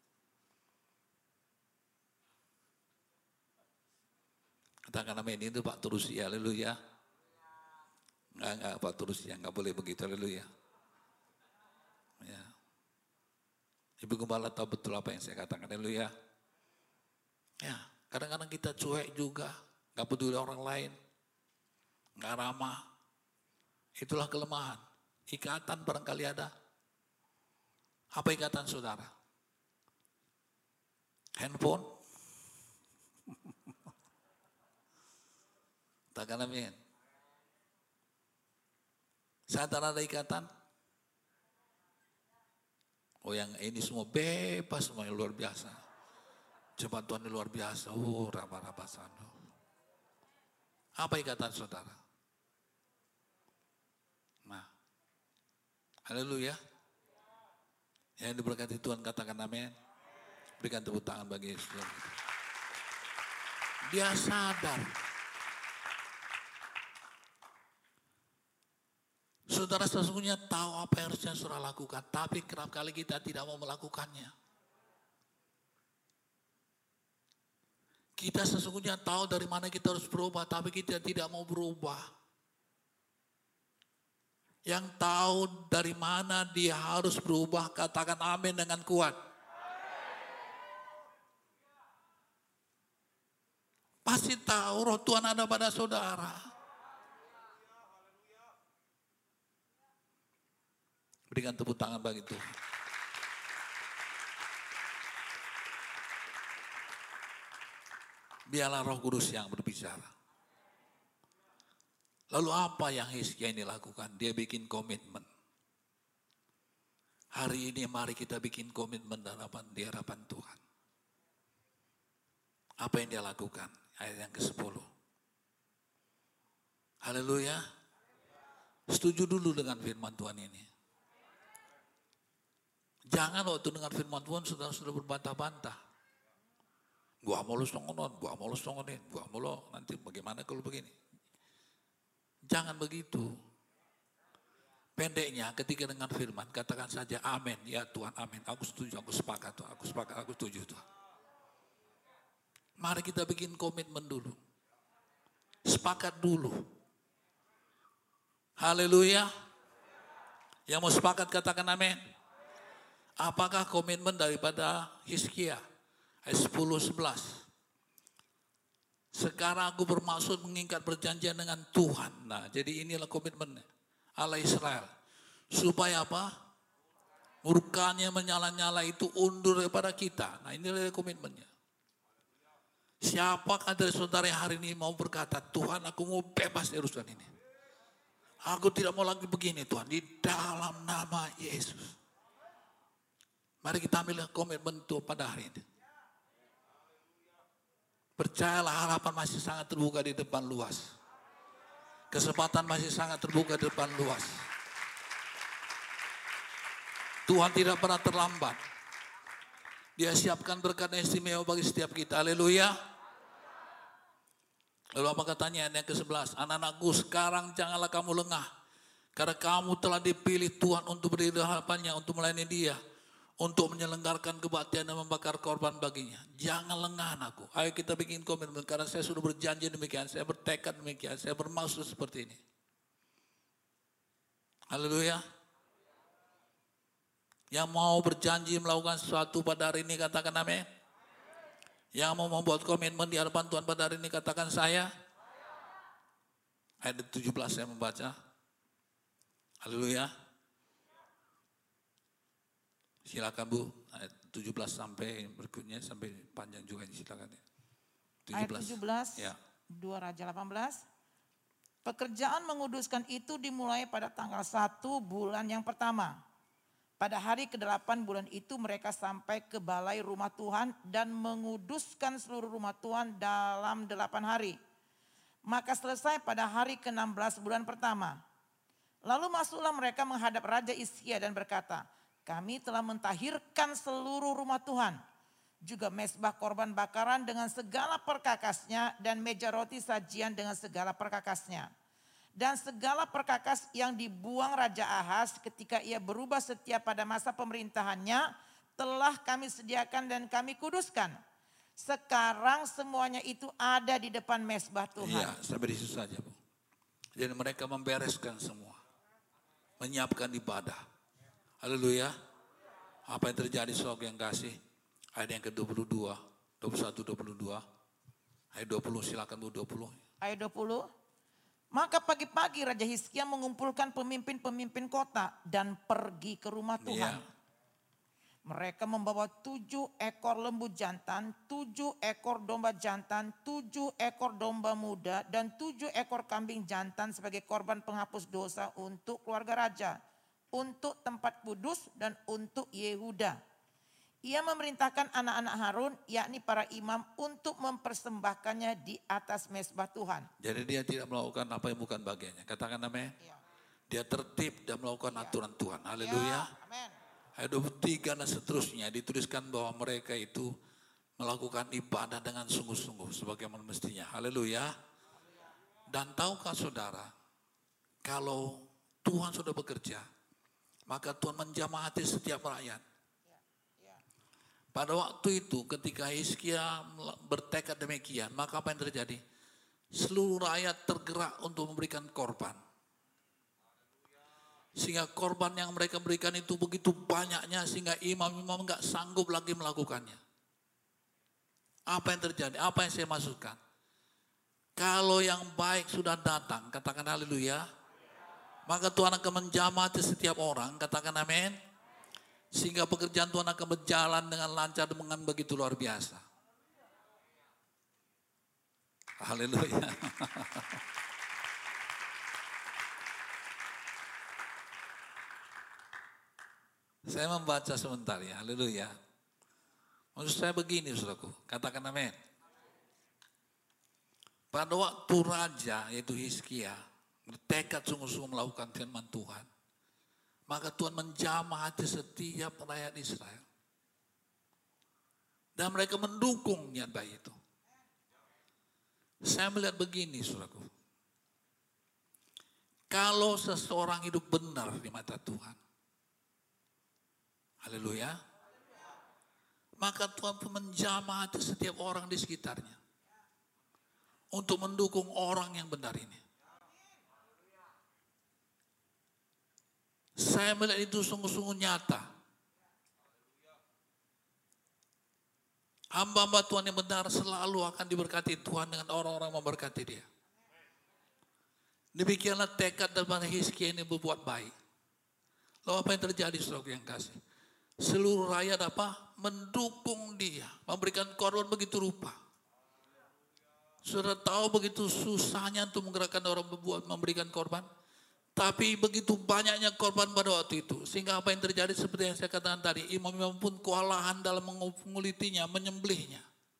Katakan amin, itu faktor usia. Haleluya. Enggak, enggak faktor usia. Enggak boleh begitu. Haleluya. Ya. Ibu Gembala tahu betul apa yang saya katakan. Haleluya. Ya, kadang-kadang kita cuek juga. Enggak peduli orang lain. Enggak ramah. Itulah kelemahan. Ikatan barangkali ada. Apa ikatan saudara? Handphone? Katakan amin. Sadar ada ikatan? Oh yang ini semua bebas, semuanya luar biasa. Coba Tuhan luar biasa. Oh raba-raba sana. Apa ikatan saudara? Nah, haleluya. Yang diberkati Tuhan katakan amin. Berikan tepuk tangan bagi saudara. Dia sadar. Saudara sesungguhnya tahu apa yang harusnya saudara lakukan, tapi kerap kali kita tidak mau melakukannya. Kita sesungguhnya tahu dari mana kita harus berubah, tapi kita tidak mau berubah. Yang tahu dari mana dia harus berubah, katakan amin dengan kuat. Pasti tahu roh Tuhan ada pada saudara. Berikan tepuk tangan bagi Tuhan. Biarlah Roh Kudus yang berbicara. Lalu apa yang Hizkia ini lakukan? Dia bikin komitmen. Hari ini mari kita bikin komitmen di hadapan, di hadapan Tuhan. Apa yang dia lakukan? Ayat yang kesepuluh. Haleluya. Setuju dulu dengan firman Tuhan ini. Jangan waktu dengar firman Tuhan sudah-sudah berbantah-bantah. Gua mau lu songonon, gua mau lu songonin, gua mau lu nanti bagaimana kalau begini. Jangan begitu. Pendeknya ketika dengar firman, katakan saja amin. Ya Tuhan amin, aku setuju, aku sepakat, aku sepakat, aku setuju Tuhan. Mari kita bikin komitmen dulu. Sepakat dulu. Haleluya. Yang mau sepakat katakan amin. Apakah komitmen daripada Hizkia? Ayat sepuluh sebelas. Sekarang aku bermaksud mengikat perjanjian dengan Tuhan. Nah, jadi inilah komitmen Allah Israel. Supaya apa? Murkanya menyala-nyala itu undur daripada kita. Nah, inilah komitmennya. Siapakah dari saudara yang hari ini mau berkata, Tuhan aku mau bebas dari urusan ini. Aku tidak mau lagi begini Tuhan. Di dalam nama Yesus. Mari kita ambil komitmen itu pada hari ini. Percayalah harapan masih sangat terbuka di depan luas. Kesempatan masih sangat terbuka di depan luas. Tuhan tidak pernah terlambat. Dia siapkan berkat yang istimewa bagi setiap kita. Haleluya. Lalu apa katanya ayat yang ke sebelas? Anak-anakku, sekarang janganlah kamu lengah. Karena kamu telah dipilih Tuhan untuk berdiri di hadapannya, untuk melayani Dia, untuk menyelenggarakan kebaktian dan membakar korban baginya. Jangan lengah anakku. Ayo kita bikin komitmen, karena saya sudah berjanji demikian, saya bertekad demikian, saya bermaksud seperti ini. Haleluya. Yang mau berjanji melakukan sesuatu pada hari ini katakan amin. Yang mau membuat komitmen di hadapan Tuhan pada hari ini katakan saya. Ayat tujuh belas saya membaca. Haleluya. Silakan Bu, ayat tujuh belas sampai berikutnya, sampai panjang juga ini, silakan. Ayat tujuh belas, ya. dua Raja delapan belas. Pekerjaan menguduskan itu dimulai pada tanggal satu bulan yang pertama. Pada hari kedelapan bulan itu mereka sampai ke balai rumah Tuhan dan menguduskan seluruh rumah Tuhan dalam delapan hari. Maka selesai pada hari ke enam belas bulan pertama. Lalu masuklah mereka menghadap Raja Hizkia dan berkata, kami telah mentahirkan seluruh rumah Tuhan. Juga mezbah korban bakaran dengan segala perkakasnya dan meja roti sajian dengan segala perkakasnya. Dan segala perkakas yang dibuang Raja Ahaz ketika ia berubah setia pada masa pemerintahannya telah kami sediakan dan kami kuduskan. Sekarang semuanya itu ada di depan mezbah Tuhan. Iya, sampai di situ saja Bu. Jadi mereka membereskan semua. Menyiapkan ibadah. Haleluya. Apa yang terjadi saudara yang kasih? Ayat yang ke dua puluh dua, dua puluh satu, dua puluh dua. Ayat dua puluh, silakan Bu, dua puluh. Ayat dua puluh. Maka pagi-pagi Raja Hizkia mengumpulkan pemimpin-pemimpin kota dan pergi ke rumah Tuhan. Iya. Mereka membawa tujuh ekor lembu jantan, tujuh ekor domba jantan, tujuh ekor domba muda, dan tujuh ekor kambing jantan sebagai korban penghapus dosa untuk keluarga raja, untuk tempat kudus dan untuk Yehuda. Ia memerintahkan anak-anak Harun, yakni para imam, untuk mempersembahkannya di atas mezbah Tuhan. Jadi dia tidak melakukan apa yang bukan bagiannya. Katakan amin. Ya. Dia tertib dan melakukan Ya. aturan Tuhan. Haleluya. Ya, amin. Ayat dua puluh tiga dan seterusnya dituliskan bahwa mereka itu melakukan ibadah dengan sungguh-sungguh sebagaimana mestinya. Haleluya. Dan tahukah saudara, kalau Tuhan sudah bekerja, maka Tuhan menjamah hati setiap rakyat. Pada waktu itu ketika Hizkia bertekad demikian, maka apa yang terjadi? Seluruh rakyat tergerak untuk memberikan korban. Sehingga korban yang mereka berikan itu begitu banyaknya sehingga imam-imam enggak sanggup lagi melakukannya. Apa yang terjadi? Apa yang saya maksudkan? Kalau yang baik sudah datang, katakan haleluya. Maka Tuhan akan menjamah hati setiap orang, katakan amin. Sehingga pekerjaan Tuhan akan berjalan dengan lancar dan dengan begitu luar biasa. Haleluya. Saya membaca sebentar ya, haleluya. Maksud saya begini saudaraku, katakan amin. Pada waktu raja yaitu Hizkia bertekad sungguh-sungguh melakukan firman Tuhan, maka Tuhan menjamah hati setiap rakyat Israel. Dan mereka mendukung niat baik itu. Saya melihat begini saudaraku. Kalau seseorang hidup benar di mata Tuhan, haleluya, maka Tuhan pun menjamah hati setiap orang di sekitarnya untuk mendukung orang yang benar ini. Saya melihat itu sungguh-sungguh nyata. Hamba-hamba Tuhan yang benar selalu akan diberkati Tuhan dengan orang-orang memberkati dia. Demikianlah tekad daripada Hizkia ini berbuat baik. Lalu apa yang terjadi saudara yang kasih? Seluruh rakyat apa? Mendukung dia. Memberikan korban begitu rupa. Saudara tahu begitu susahnya untuk menggerakkan orang membuat memberikan korban. Tapi begitu banyaknya korban pada waktu itu. Sehingga apa yang terjadi seperti yang saya katakan tadi. Imam-imam pun kewalahan dalam mengulitinya, menyembelihnya.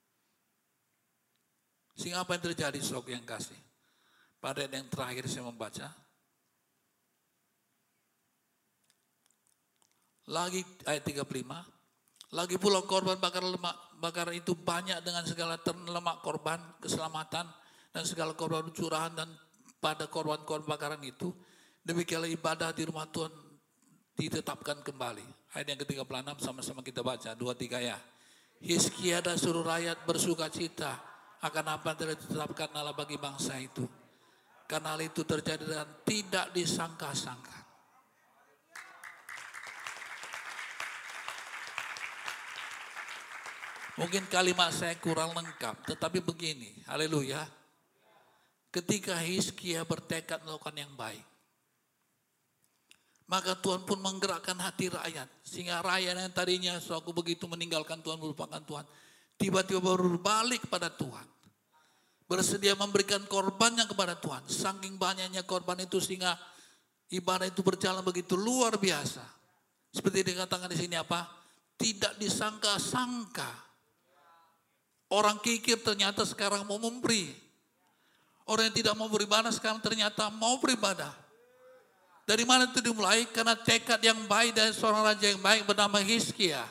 Sehingga apa yang terjadi saudara yang kasih. Pada yang terakhir saya membaca. Lagi ayat tiga puluh lima. Lagi pula korban bakar lemak bakaran itu banyak dengan segala lemak korban keselamatan dan segala korban curahan dan pada korban-korban bakaran itu. Demikianlah ibadah di rumah Tuhan ditetapkan kembali. Ayat yang ke tiga puluh enam sama-sama kita baca. Dua tiga ya. Hizkia dan suruh rakyat bersuka cita akan apa yang telah ditetapkan Allah bagi bangsa itu. Karena hal itu terjadi dan tidak disangka-sangka. Mungkin kalimat saya kurang lengkap, tetapi begini, haleluya. Ketika Hizkia bertekad melakukan yang baik, maka Tuhan pun menggerakkan hati rakyat. Sehingga rakyat yang tadinya suatu begitu meninggalkan Tuhan, melupakan Tuhan, tiba-tiba berbalik kepada Tuhan. Bersedia memberikan korbannya kepada Tuhan. Saking banyaknya korban itu sehingga ibadah itu berjalan begitu luar biasa. Seperti dikatakan di sini apa? Tidak disangka-sangka. Orang kikir ternyata sekarang mau memberi. Orang yang tidak mau beribadah sekarang ternyata mau beribadah. Dari mana itu dimulai? Karena tekad yang baik dari seorang raja yang baik bernama Hizkia.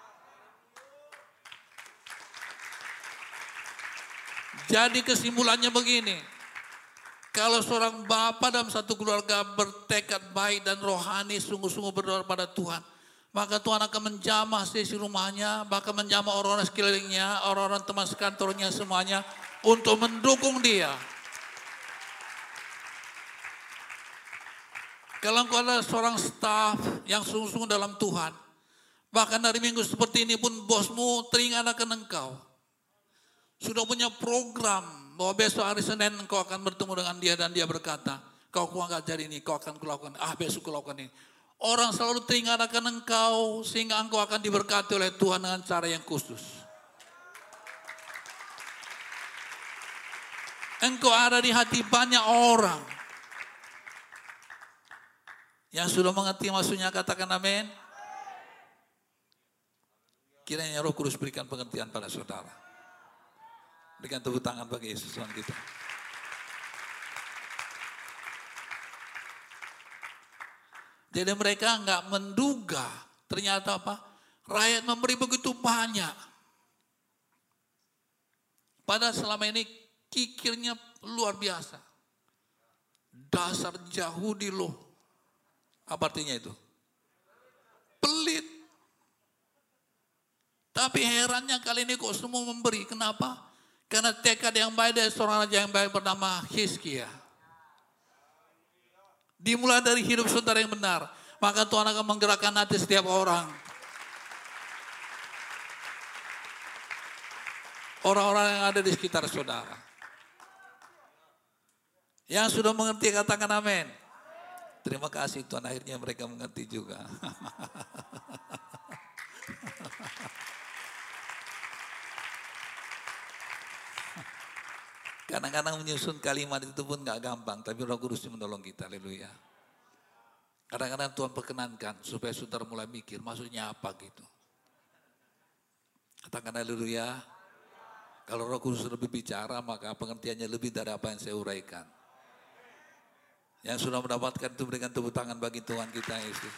Jadi kesimpulannya begini. Kalau seorang bapak dalam satu keluarga bertekad baik dan rohani sungguh-sungguh berdoa pada Tuhan, maka Tuhan akan menjamah sisi rumahnya, bahkan menjamah orang-orang sekelilingnya, orang-orang teman sekantornya semuanya untuk mendukung dia. Kalau engkau adalah seorang staf yang sungguh-sungguh dalam Tuhan, bahkan hari Minggu seperti ini pun bosmu teringat akan engkau. Sudah punya program bahwa besok hari Senin engkau akan bertemu dengan dia dan dia berkata, kau kuangkat jari ini, kau akan kulakukan, ah besok kulakukan ini. Orang selalu teringat akan engkau sehingga engkau akan diberkati oleh Tuhan dengan cara yang khusus. Engkau ada di hati banyak orang. Yang sudah mengerti maksudnya katakan amin. Kiranya Roh Kudus berikan pengertian pada saudara. Berikan tepuk tangan bagi Yesus Tuhan kita. Jadi mereka enggak menduga ternyata apa? Rakyat memberi begitu banyak. Padahal selama ini kikirnya luar biasa. Dasar Yahudi loh. Apa artinya itu? Pelit. Tapi herannya kali ini kok semua memberi. Kenapa? Karena tekad yang baik dari seorang raja yang baik bernama Hizkia. Dimulai dari hidup saudara yang benar. Maka Tuhan akan menggerakkan hati setiap orang. Orang-orang yang ada di sekitar saudara. Yang sudah mengerti katakan amin. Terima kasih Tuhan, akhirnya mereka mengerti juga. Kadang-kadang menyusun kalimat itu pun gak gampang, tapi Roh Kudus menolong kita, haleluya. Kadang-kadang Tuhan perkenankan supaya saudara mulai mikir, maksudnya apa gitu. Katakan haleluya. Kalau Roh Kudus lebih bicara, maka pengertiannya lebih dari apa yang saya uraikan. Yang sudah mendapatkan itu berikan tepuk tangan bagi Tuhan kita Yesus.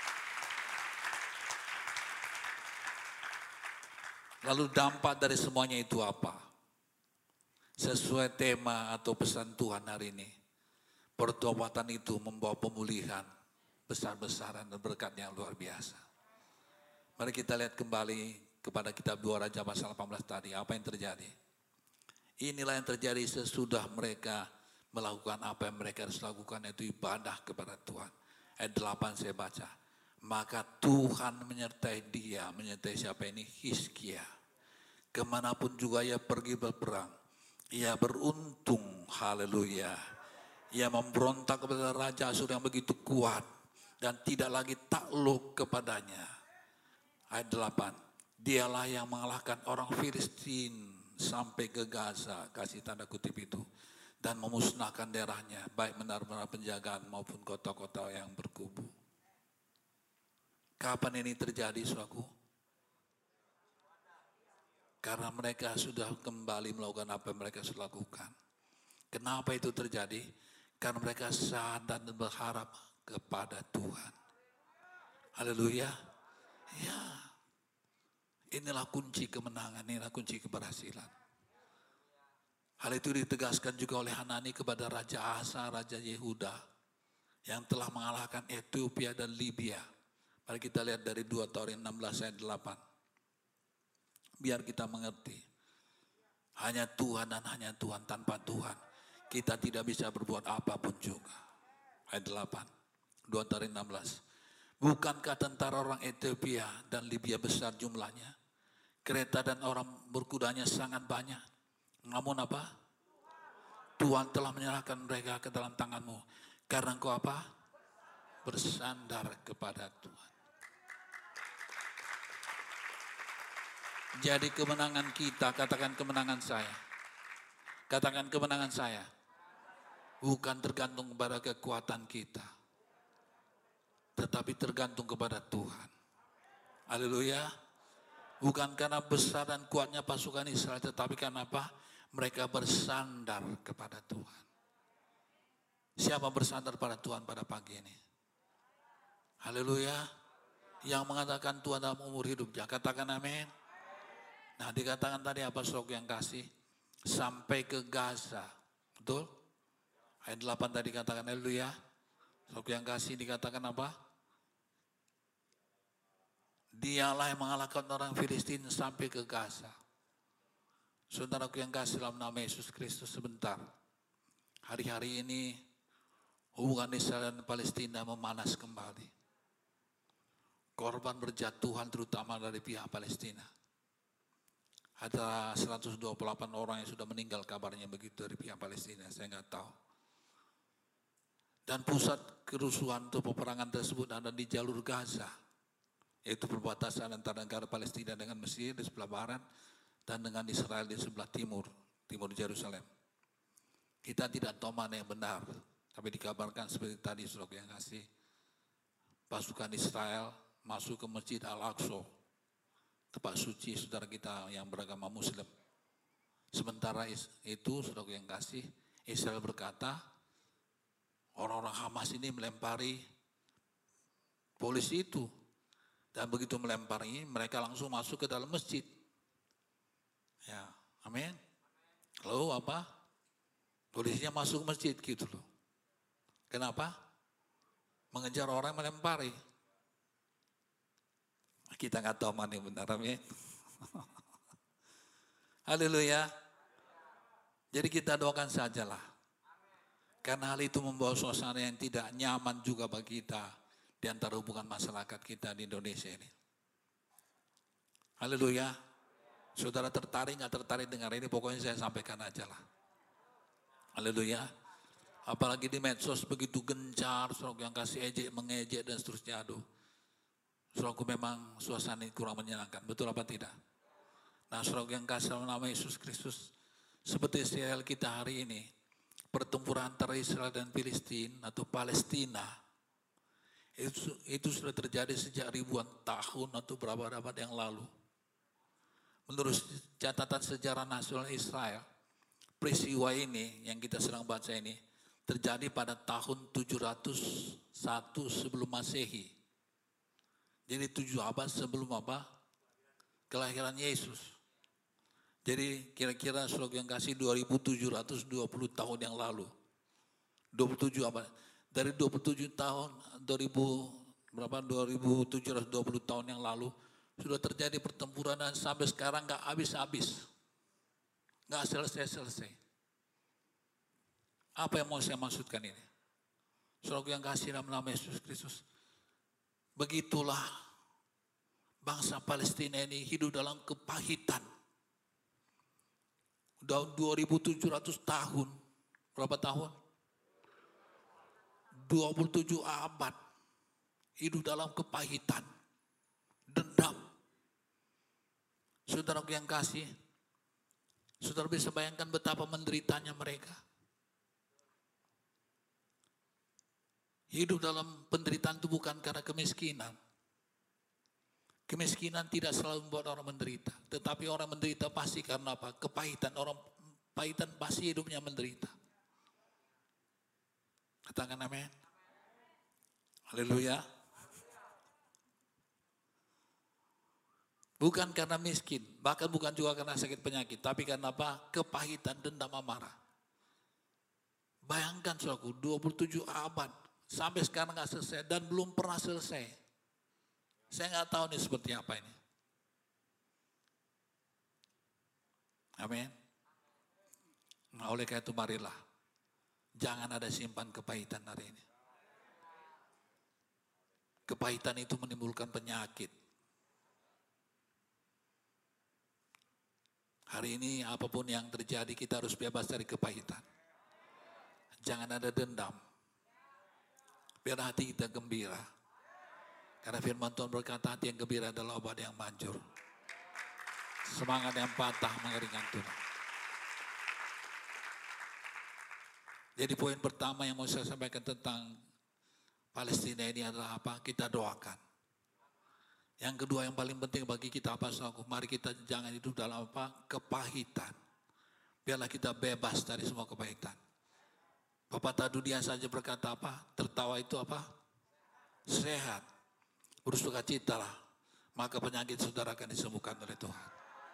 Lalu dampak dari semuanya itu apa? Sesuai tema atau pesan Tuhan hari ini. Pertobatan itu membawa pemulihan besar-besaran dan berkat yang luar biasa. Mari kita lihat kembali kepada kitab dua Raja pasal delapan belas tadi. Apa yang terjadi? Inilah yang terjadi sesudah mereka melakukan apa yang mereka harus lakukan, yaitu ibadah kepada Tuhan. Ayat delapan saya baca. Maka Tuhan menyertai dia, menyertai siapa ini? Hizkia. Kemanapun juga ia pergi berperang, ia beruntung, haleluya. Ia memberontak kepada Raja Asyur yang begitu kuat dan tidak lagi takluk kepadanya. Ayat delapan. Dialah yang mengalahkan orang Filistin sampai ke Gaza, kasih tanda kutip itu. Dan memusnahkan daerahnya, baik menara-menara penjagaan maupun kota-kota yang berkubu. Kapan ini terjadi, saudaraku? Karena mereka sudah kembali melakukan apa yang mereka sudah lakukan. Kenapa itu terjadi? Karena mereka sadar dan berharap kepada Tuhan. Haleluya. Ya. Inilah kunci kemenangan, inilah kunci keberhasilan. Hal itu ditegaskan juga oleh Hanani kepada Raja Asa, Raja Yehuda, yang telah mengalahkan Ethiopia dan Libya. Mari kita lihat dari dua Tawarikh enam belas ayat delapan. Biar kita mengerti. Hanya Tuhan dan hanya Tuhan, tanpa Tuhan kita tidak bisa berbuat apapun juga. Ayat delapan. dua Tawarikh enam belas. Bukankah tentara orang Ethiopia dan Libya besar jumlahnya? Kereta dan orang berkudanya sangat banyak. Namun apa? Tuhan telah menyerahkan mereka ke dalam tanganmu. Karena engkau apa? Bersandar kepada Tuhan. Jadi kemenangan kita, katakan kemenangan saya. Katakan kemenangan saya. Bukan tergantung kepada kekuatan kita. Tetapi tergantung kepada Tuhan. Haleluya. Bukan karena besar dan kuatnya pasukan Israel, tetapi karena apa? Mereka bersandar kepada Tuhan. Siapa bersandar pada Tuhan pada pagi ini? Haleluya. Yang mengatakan Tuhan dalam umur hidupnya. Katakan amin. Nah, dikatakan tadi apa saudara yang kasih? Sampai ke Gaza. Betul? Ayat delapan tadi katakan haleluya. Saudara yang kasih dikatakan apa? Dialah yang mengalahkan orang Filistin sampai ke Gaza. Saudaraku yang kasih dalam nama Yesus Kristus, sebentar. Hari-hari ini hubungan Israel dan Palestina memanas kembali. Korban berjatuhan terutama dari pihak Palestina. Ada seratus dua puluh delapan orang yang sudah meninggal, kabarnya begitu dari pihak Palestina, saya nggak tahu. Dan pusat kerusuhan atau peperangan tersebut ada di jalur Gaza, yaitu perbatasan antara negara Palestina dengan Mesir di sebelah barat dan dengan Israel di sebelah timur, timur Yerusalem. Kita tidak tahu mana yang benar, tapi dikabarkan seperti tadi saudara yang kasih, pasukan Israel masuk ke Masjid Al-Aqsa, tempat suci saudara kita yang beragama Muslim. Sementara itu saudara yang kasih, Israel berkata, orang-orang Hamas ini melempari polisi itu. Dan begitu melempari, mereka langsung masuk ke dalam masjid. Ya, amin. Lalu apa? Polisinya masuk ke masjid gitu loh. Kenapa? Mengejar orang yang melempari. Kita nggak tahu mana yang benar, amin. Haleluya. Jadi kita doakan sajalah. Karena hal itu membawa suasana yang tidak nyaman juga bagi kita di antara hubungan masyarakat kita di Indonesia ini. Haleluya. Saudara tertarik nggak tertarik dengar ini, pokoknya saya sampaikan aja lah. Haleluya. Apalagi di medsos begitu gencar, saudara yang kasih ejek, mengejek dan seterusnya. Aduh, saudaraku memang suasana ini kurang menyenangkan. Betul apa tidak? Nah, saudara yang kasih dalam nama Yesus Kristus, seperti serial kita hari ini, pertempuran antara Israel dan Filistin atau Palestina, itu, itu sudah terjadi sejak ribuan tahun atau berapa abad yang lalu. Menurut catatan sejarah nasional Israel, peristiwa ini yang kita sedang baca ini terjadi pada tahun tujuh ratus satu sebelum Masehi. Jadi tujuh abad sebelum apa? Kelahiran Yesus. Jadi kira-kira saudara yang kasih dua ribu tujuh ratus dua puluh tahun yang lalu. dua puluh tujuh abad. Dari dua puluh tujuh tahun, dua ribu berapa? dua ribu tujuh ratus dua puluh tahun yang lalu sudah terjadi pertempuran dan sampai sekarang nggak habis-habis. Nggak selesai-selesai. Apa yang mau saya maksudkan ini? Saudara yang kasih dalam nama Yesus Kristus. Begitulah bangsa Palestina ini hidup dalam kepahitan. Udah dua ribu tujuh ratus tahun. Berapa tahun? dua puluh tujuh abad. Hidup dalam kepahitan. Dendam. Saudara yang kasih. Saudara bisa bayangkan betapa menderitanya mereka. Hidup dalam penderitaan itu bukan karena kemiskinan. Kemiskinan tidak selalu membuat orang menderita. Tetapi orang menderita pasti karena apa? Kepahitan. Orang pahitan pasti hidupnya menderita. Katakan amin. Haleluya. Bukan karena miskin, bahkan bukan juga karena sakit penyakit, tapi karena apa? Kepahitan, dendam, amarah. Bayangkan saudaraku, dua puluh tujuh abad, sampai sekarang nggak selesai dan belum pernah selesai. Saya nggak tahu nih seperti apa ini. Amin. Nah, oleh karena itu marilah, jangan ada simpan kepahitan hari ini. Kepahitan itu menimbulkan penyakit. Hari ini apapun yang terjadi kita harus bebas dari kepahitan. Jangan ada dendam. Biar hati kita gembira. Karena firman Tuhan berkata hati yang gembira adalah obat yang manjur. Semangat yang patah mengeringan Tuhan. Jadi poin pertama yang mau saya sampaikan tentang Palestina ini adalah apa? Kita doakan. Yang kedua yang paling penting bagi kita apa saudaraku? Mari kita jangan hidup dalam apa? Kepahitan. Biarlah kita bebas dari semua kepahitan. Pepatah dunia saja berkata apa? Tertawa itu apa? Sehat. Bersukacitalah. Maka penyakit saudara akan disembuhkan oleh Tuhan.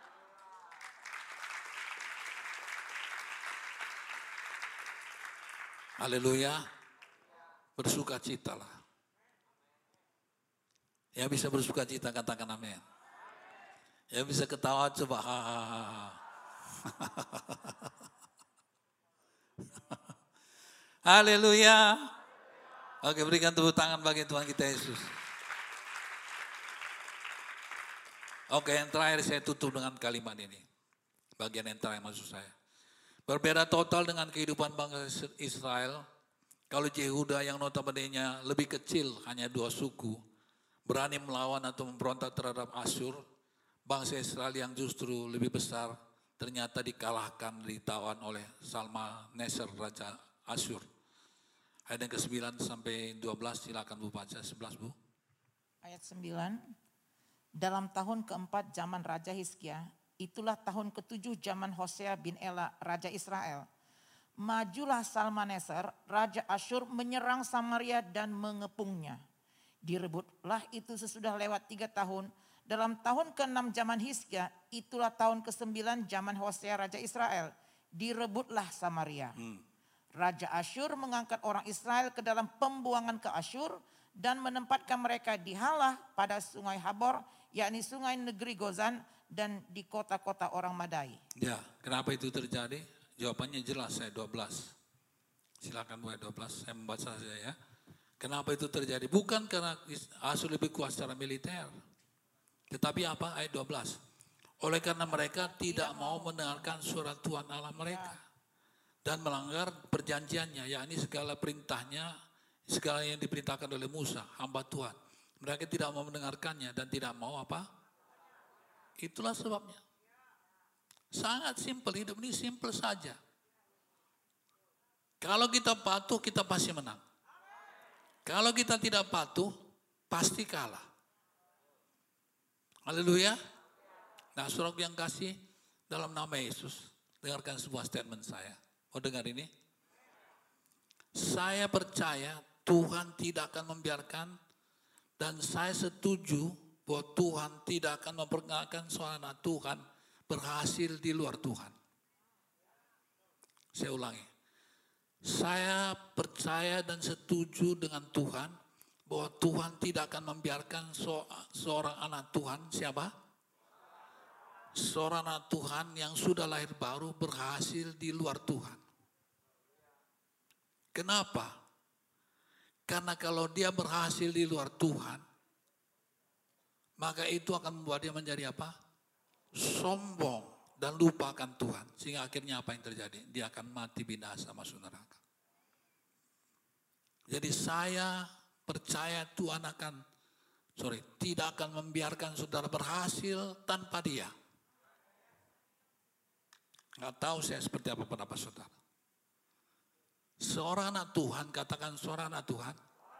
Haleluya. Bersukacitalah. Ya bisa bersuka cita katakan amin. Ya bisa ketawa coba. Haleluya. Oke, berikan tepuk tangan bagi Tuhan kita Yesus. Oke, yang terakhir saya tutup dengan kalimat ini. Bagian yang terakhir maksud saya. Berbeda total dengan kehidupan bangsa Israel. Kalau Yehuda yang notabene-nya lebih kecil, hanya dua suku, berani melawan atau memberontak terhadap Asyur, bangsa Israel yang justru lebih besar ternyata dikalahkan, ditawan oleh Salmaneser, Raja Asyur. Ayat yang kesembilan sampai dua belas, silakan Bu baca, sebelas Bu. Ayat sembilan, dalam tahun keempat zaman Raja Hizkia, itulah tahun ketujuh zaman Hosea bin Ela, Raja Israel. Majulah Salmaneser, Raja Asyur menyerang Samaria dan mengepungnya. Direbutlah itu sesudah lewat tiga tahun. Dalam tahun keenam zaman Hizkia, itulah tahun kesembilan zaman Hosea Raja Israel. Direbutlah Samaria. Hmm. Raja Asyur mengangkat orang Israel ke dalam pembuangan ke Asyur dan menempatkan mereka di Halah pada sungai Habor, yakni sungai negeri Gozan dan di kota-kota orang Madai. Ya, kenapa itu terjadi? Jawabannya jelas, ayat dua belas. Silakan Bu ayat dua belas, saya membaca saja ya. Kenapa itu terjadi? Bukan karena Asyur lebih kuat secara militer. Tetapi apa? Ayat dua belas. Oleh karena mereka tidak mau mendengarkan suara Tuhan Allah mereka. Dan melanggar perjanjiannya, yakni segala perintahnya, segala yang diperintahkan oleh Musa, hamba Tuhan. Mereka tidak mau mendengarkannya dan tidak mau apa? Itulah sebabnya. Sangat simpel, hidup ini simpel saja. Kalau kita patuh, kita pasti menang. Kalau kita tidak patuh, pasti kalah. Haleluya. Nah, saudara yang kasih, dalam nama Yesus, dengarkan sebuah statement saya. Oh, dengar ini. Saya percaya Tuhan tidak akan membiarkan, dan saya setuju bahwa Tuhan tidak akan memperkenalkan seorang anak Tuhan berhasil di luar Tuhan. Saya ulangi. Saya percaya dan setuju dengan Tuhan bahwa Tuhan tidak akan membiarkan seorang anak Tuhan, siapa? Seorang anak Tuhan yang sudah lahir baru berhasil di luar Tuhan. Kenapa? Karena kalau dia berhasil di luar Tuhan, maka itu akan membuat dia menjadi apa? Sombong dan lupakan Tuhan. Sehingga akhirnya apa yang terjadi? Dia akan mati binasa masuk neraka. Jadi saya percaya Tuhan akan, sorry, tidak akan membiarkan saudara berhasil tanpa dia. Nggak tahu saya seperti apa pendapat saudara. Seorang anak Tuhan, katakan seorang anak Tuhan,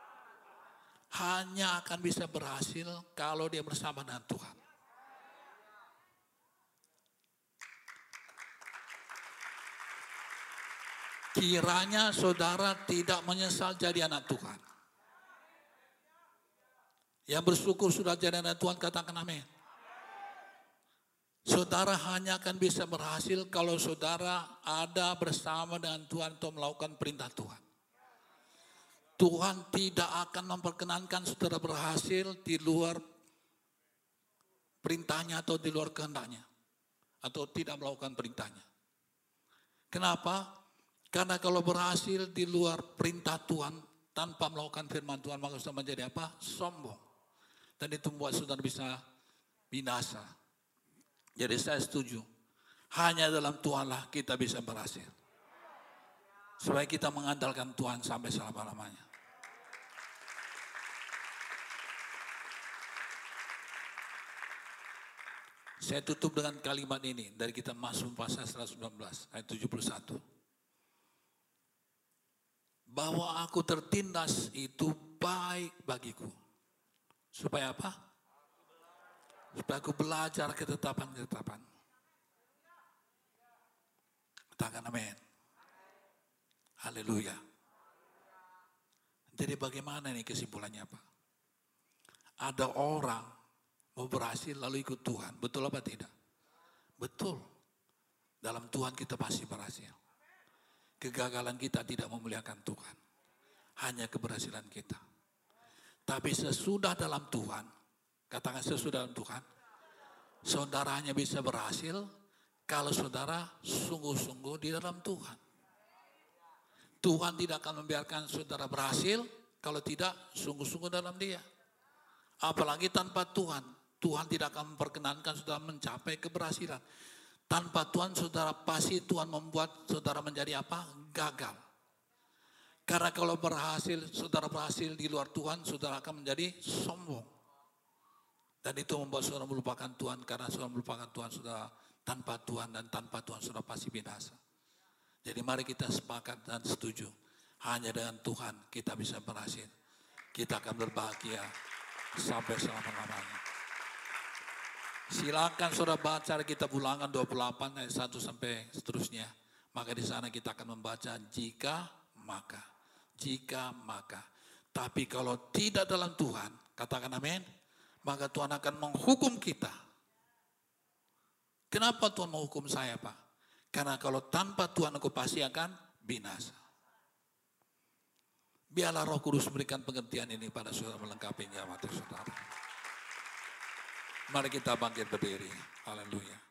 hanya akan bisa berhasil kalau dia bersama dengan Tuhan. Kiranya saudara tidak menyesal jadi anak Tuhan. Yang bersyukur sudah jadi anak Tuhan, katakan amin. Saudara hanya akan bisa berhasil kalau saudara ada bersama dengan Tuhan untuk melakukan perintah Tuhan. Tuhan tidak akan memperkenankan saudara berhasil di luar perintahnya atau di luar kehendaknya. Atau tidak melakukan perintahnya. Kenapa? Karena kalau berhasil di luar perintah Tuhan tanpa melakukan firman Tuhan, maka saudara menjadi apa? Sombong. Dan itu membuat saudara bisa binasa. Jadi saya setuju. Hanya dalam Tuhanlah kita bisa berhasil. Supaya kita mengandalkan Tuhan sampai selama-lamanya. Saya tutup dengan kalimat ini dari kitab Mazmur pasal seratus sembilan belas ayat tujuh puluh satu. Bahwa aku tertindas itu baik bagiku. Supaya apa? Supaya aku belajar ketetapan-ketetapan. Katakan amin. Haleluya. Jadi bagaimana nih kesimpulannya Pak? Ada orang mau berhasil lalu ikut Tuhan. Betul apa tidak? Betul. Dalam Tuhan kita pasti berhasil. Kegagalan kita tidak memuliakan Tuhan. Hanya keberhasilan kita. Tapi sesudah dalam Tuhan, katakan sesudah dalam Tuhan, saudara hanya bisa berhasil kalau saudara sungguh-sungguh di dalam Tuhan. Tuhan tidak akan membiarkan saudara berhasil kalau tidak sungguh-sungguh dalam Dia. Apalagi tanpa Tuhan. Tuhan tidak akan memperkenankan saudara mencapai keberhasilan. Tanpa Tuhan, saudara pasti Tuhan membuat saudara menjadi apa? Gagal. Karena kalau berhasil, saudara berhasil di luar Tuhan, saudara akan menjadi sombong. Dan itu membuat saudara melupakan Tuhan. Karena saudara melupakan Tuhan, saudara tanpa Tuhan dan tanpa Tuhan saudara pasti binasa. Jadi mari kita sepakat dan setuju. Hanya dengan Tuhan kita bisa berhasil. Kita akan berbahagia sampai selama-lamanya. Silakan saudara baca kitab Ulangan dua puluh delapan ayat satu sampai seterusnya. Maka di sana kita akan membaca jika maka. Jika maka. Tapi kalau tidak dalam Tuhan, katakan amin, maka Tuhan akan menghukum kita. Kenapa Tuhan menghukum saya Pak? Karena kalau tanpa Tuhan aku pasti akan binasa. Biarlah Roh Kudus memberikan pengertian ini pada saudara melengkapi nyawa saudara. Mari kita bangkit berdiri. Haleluya.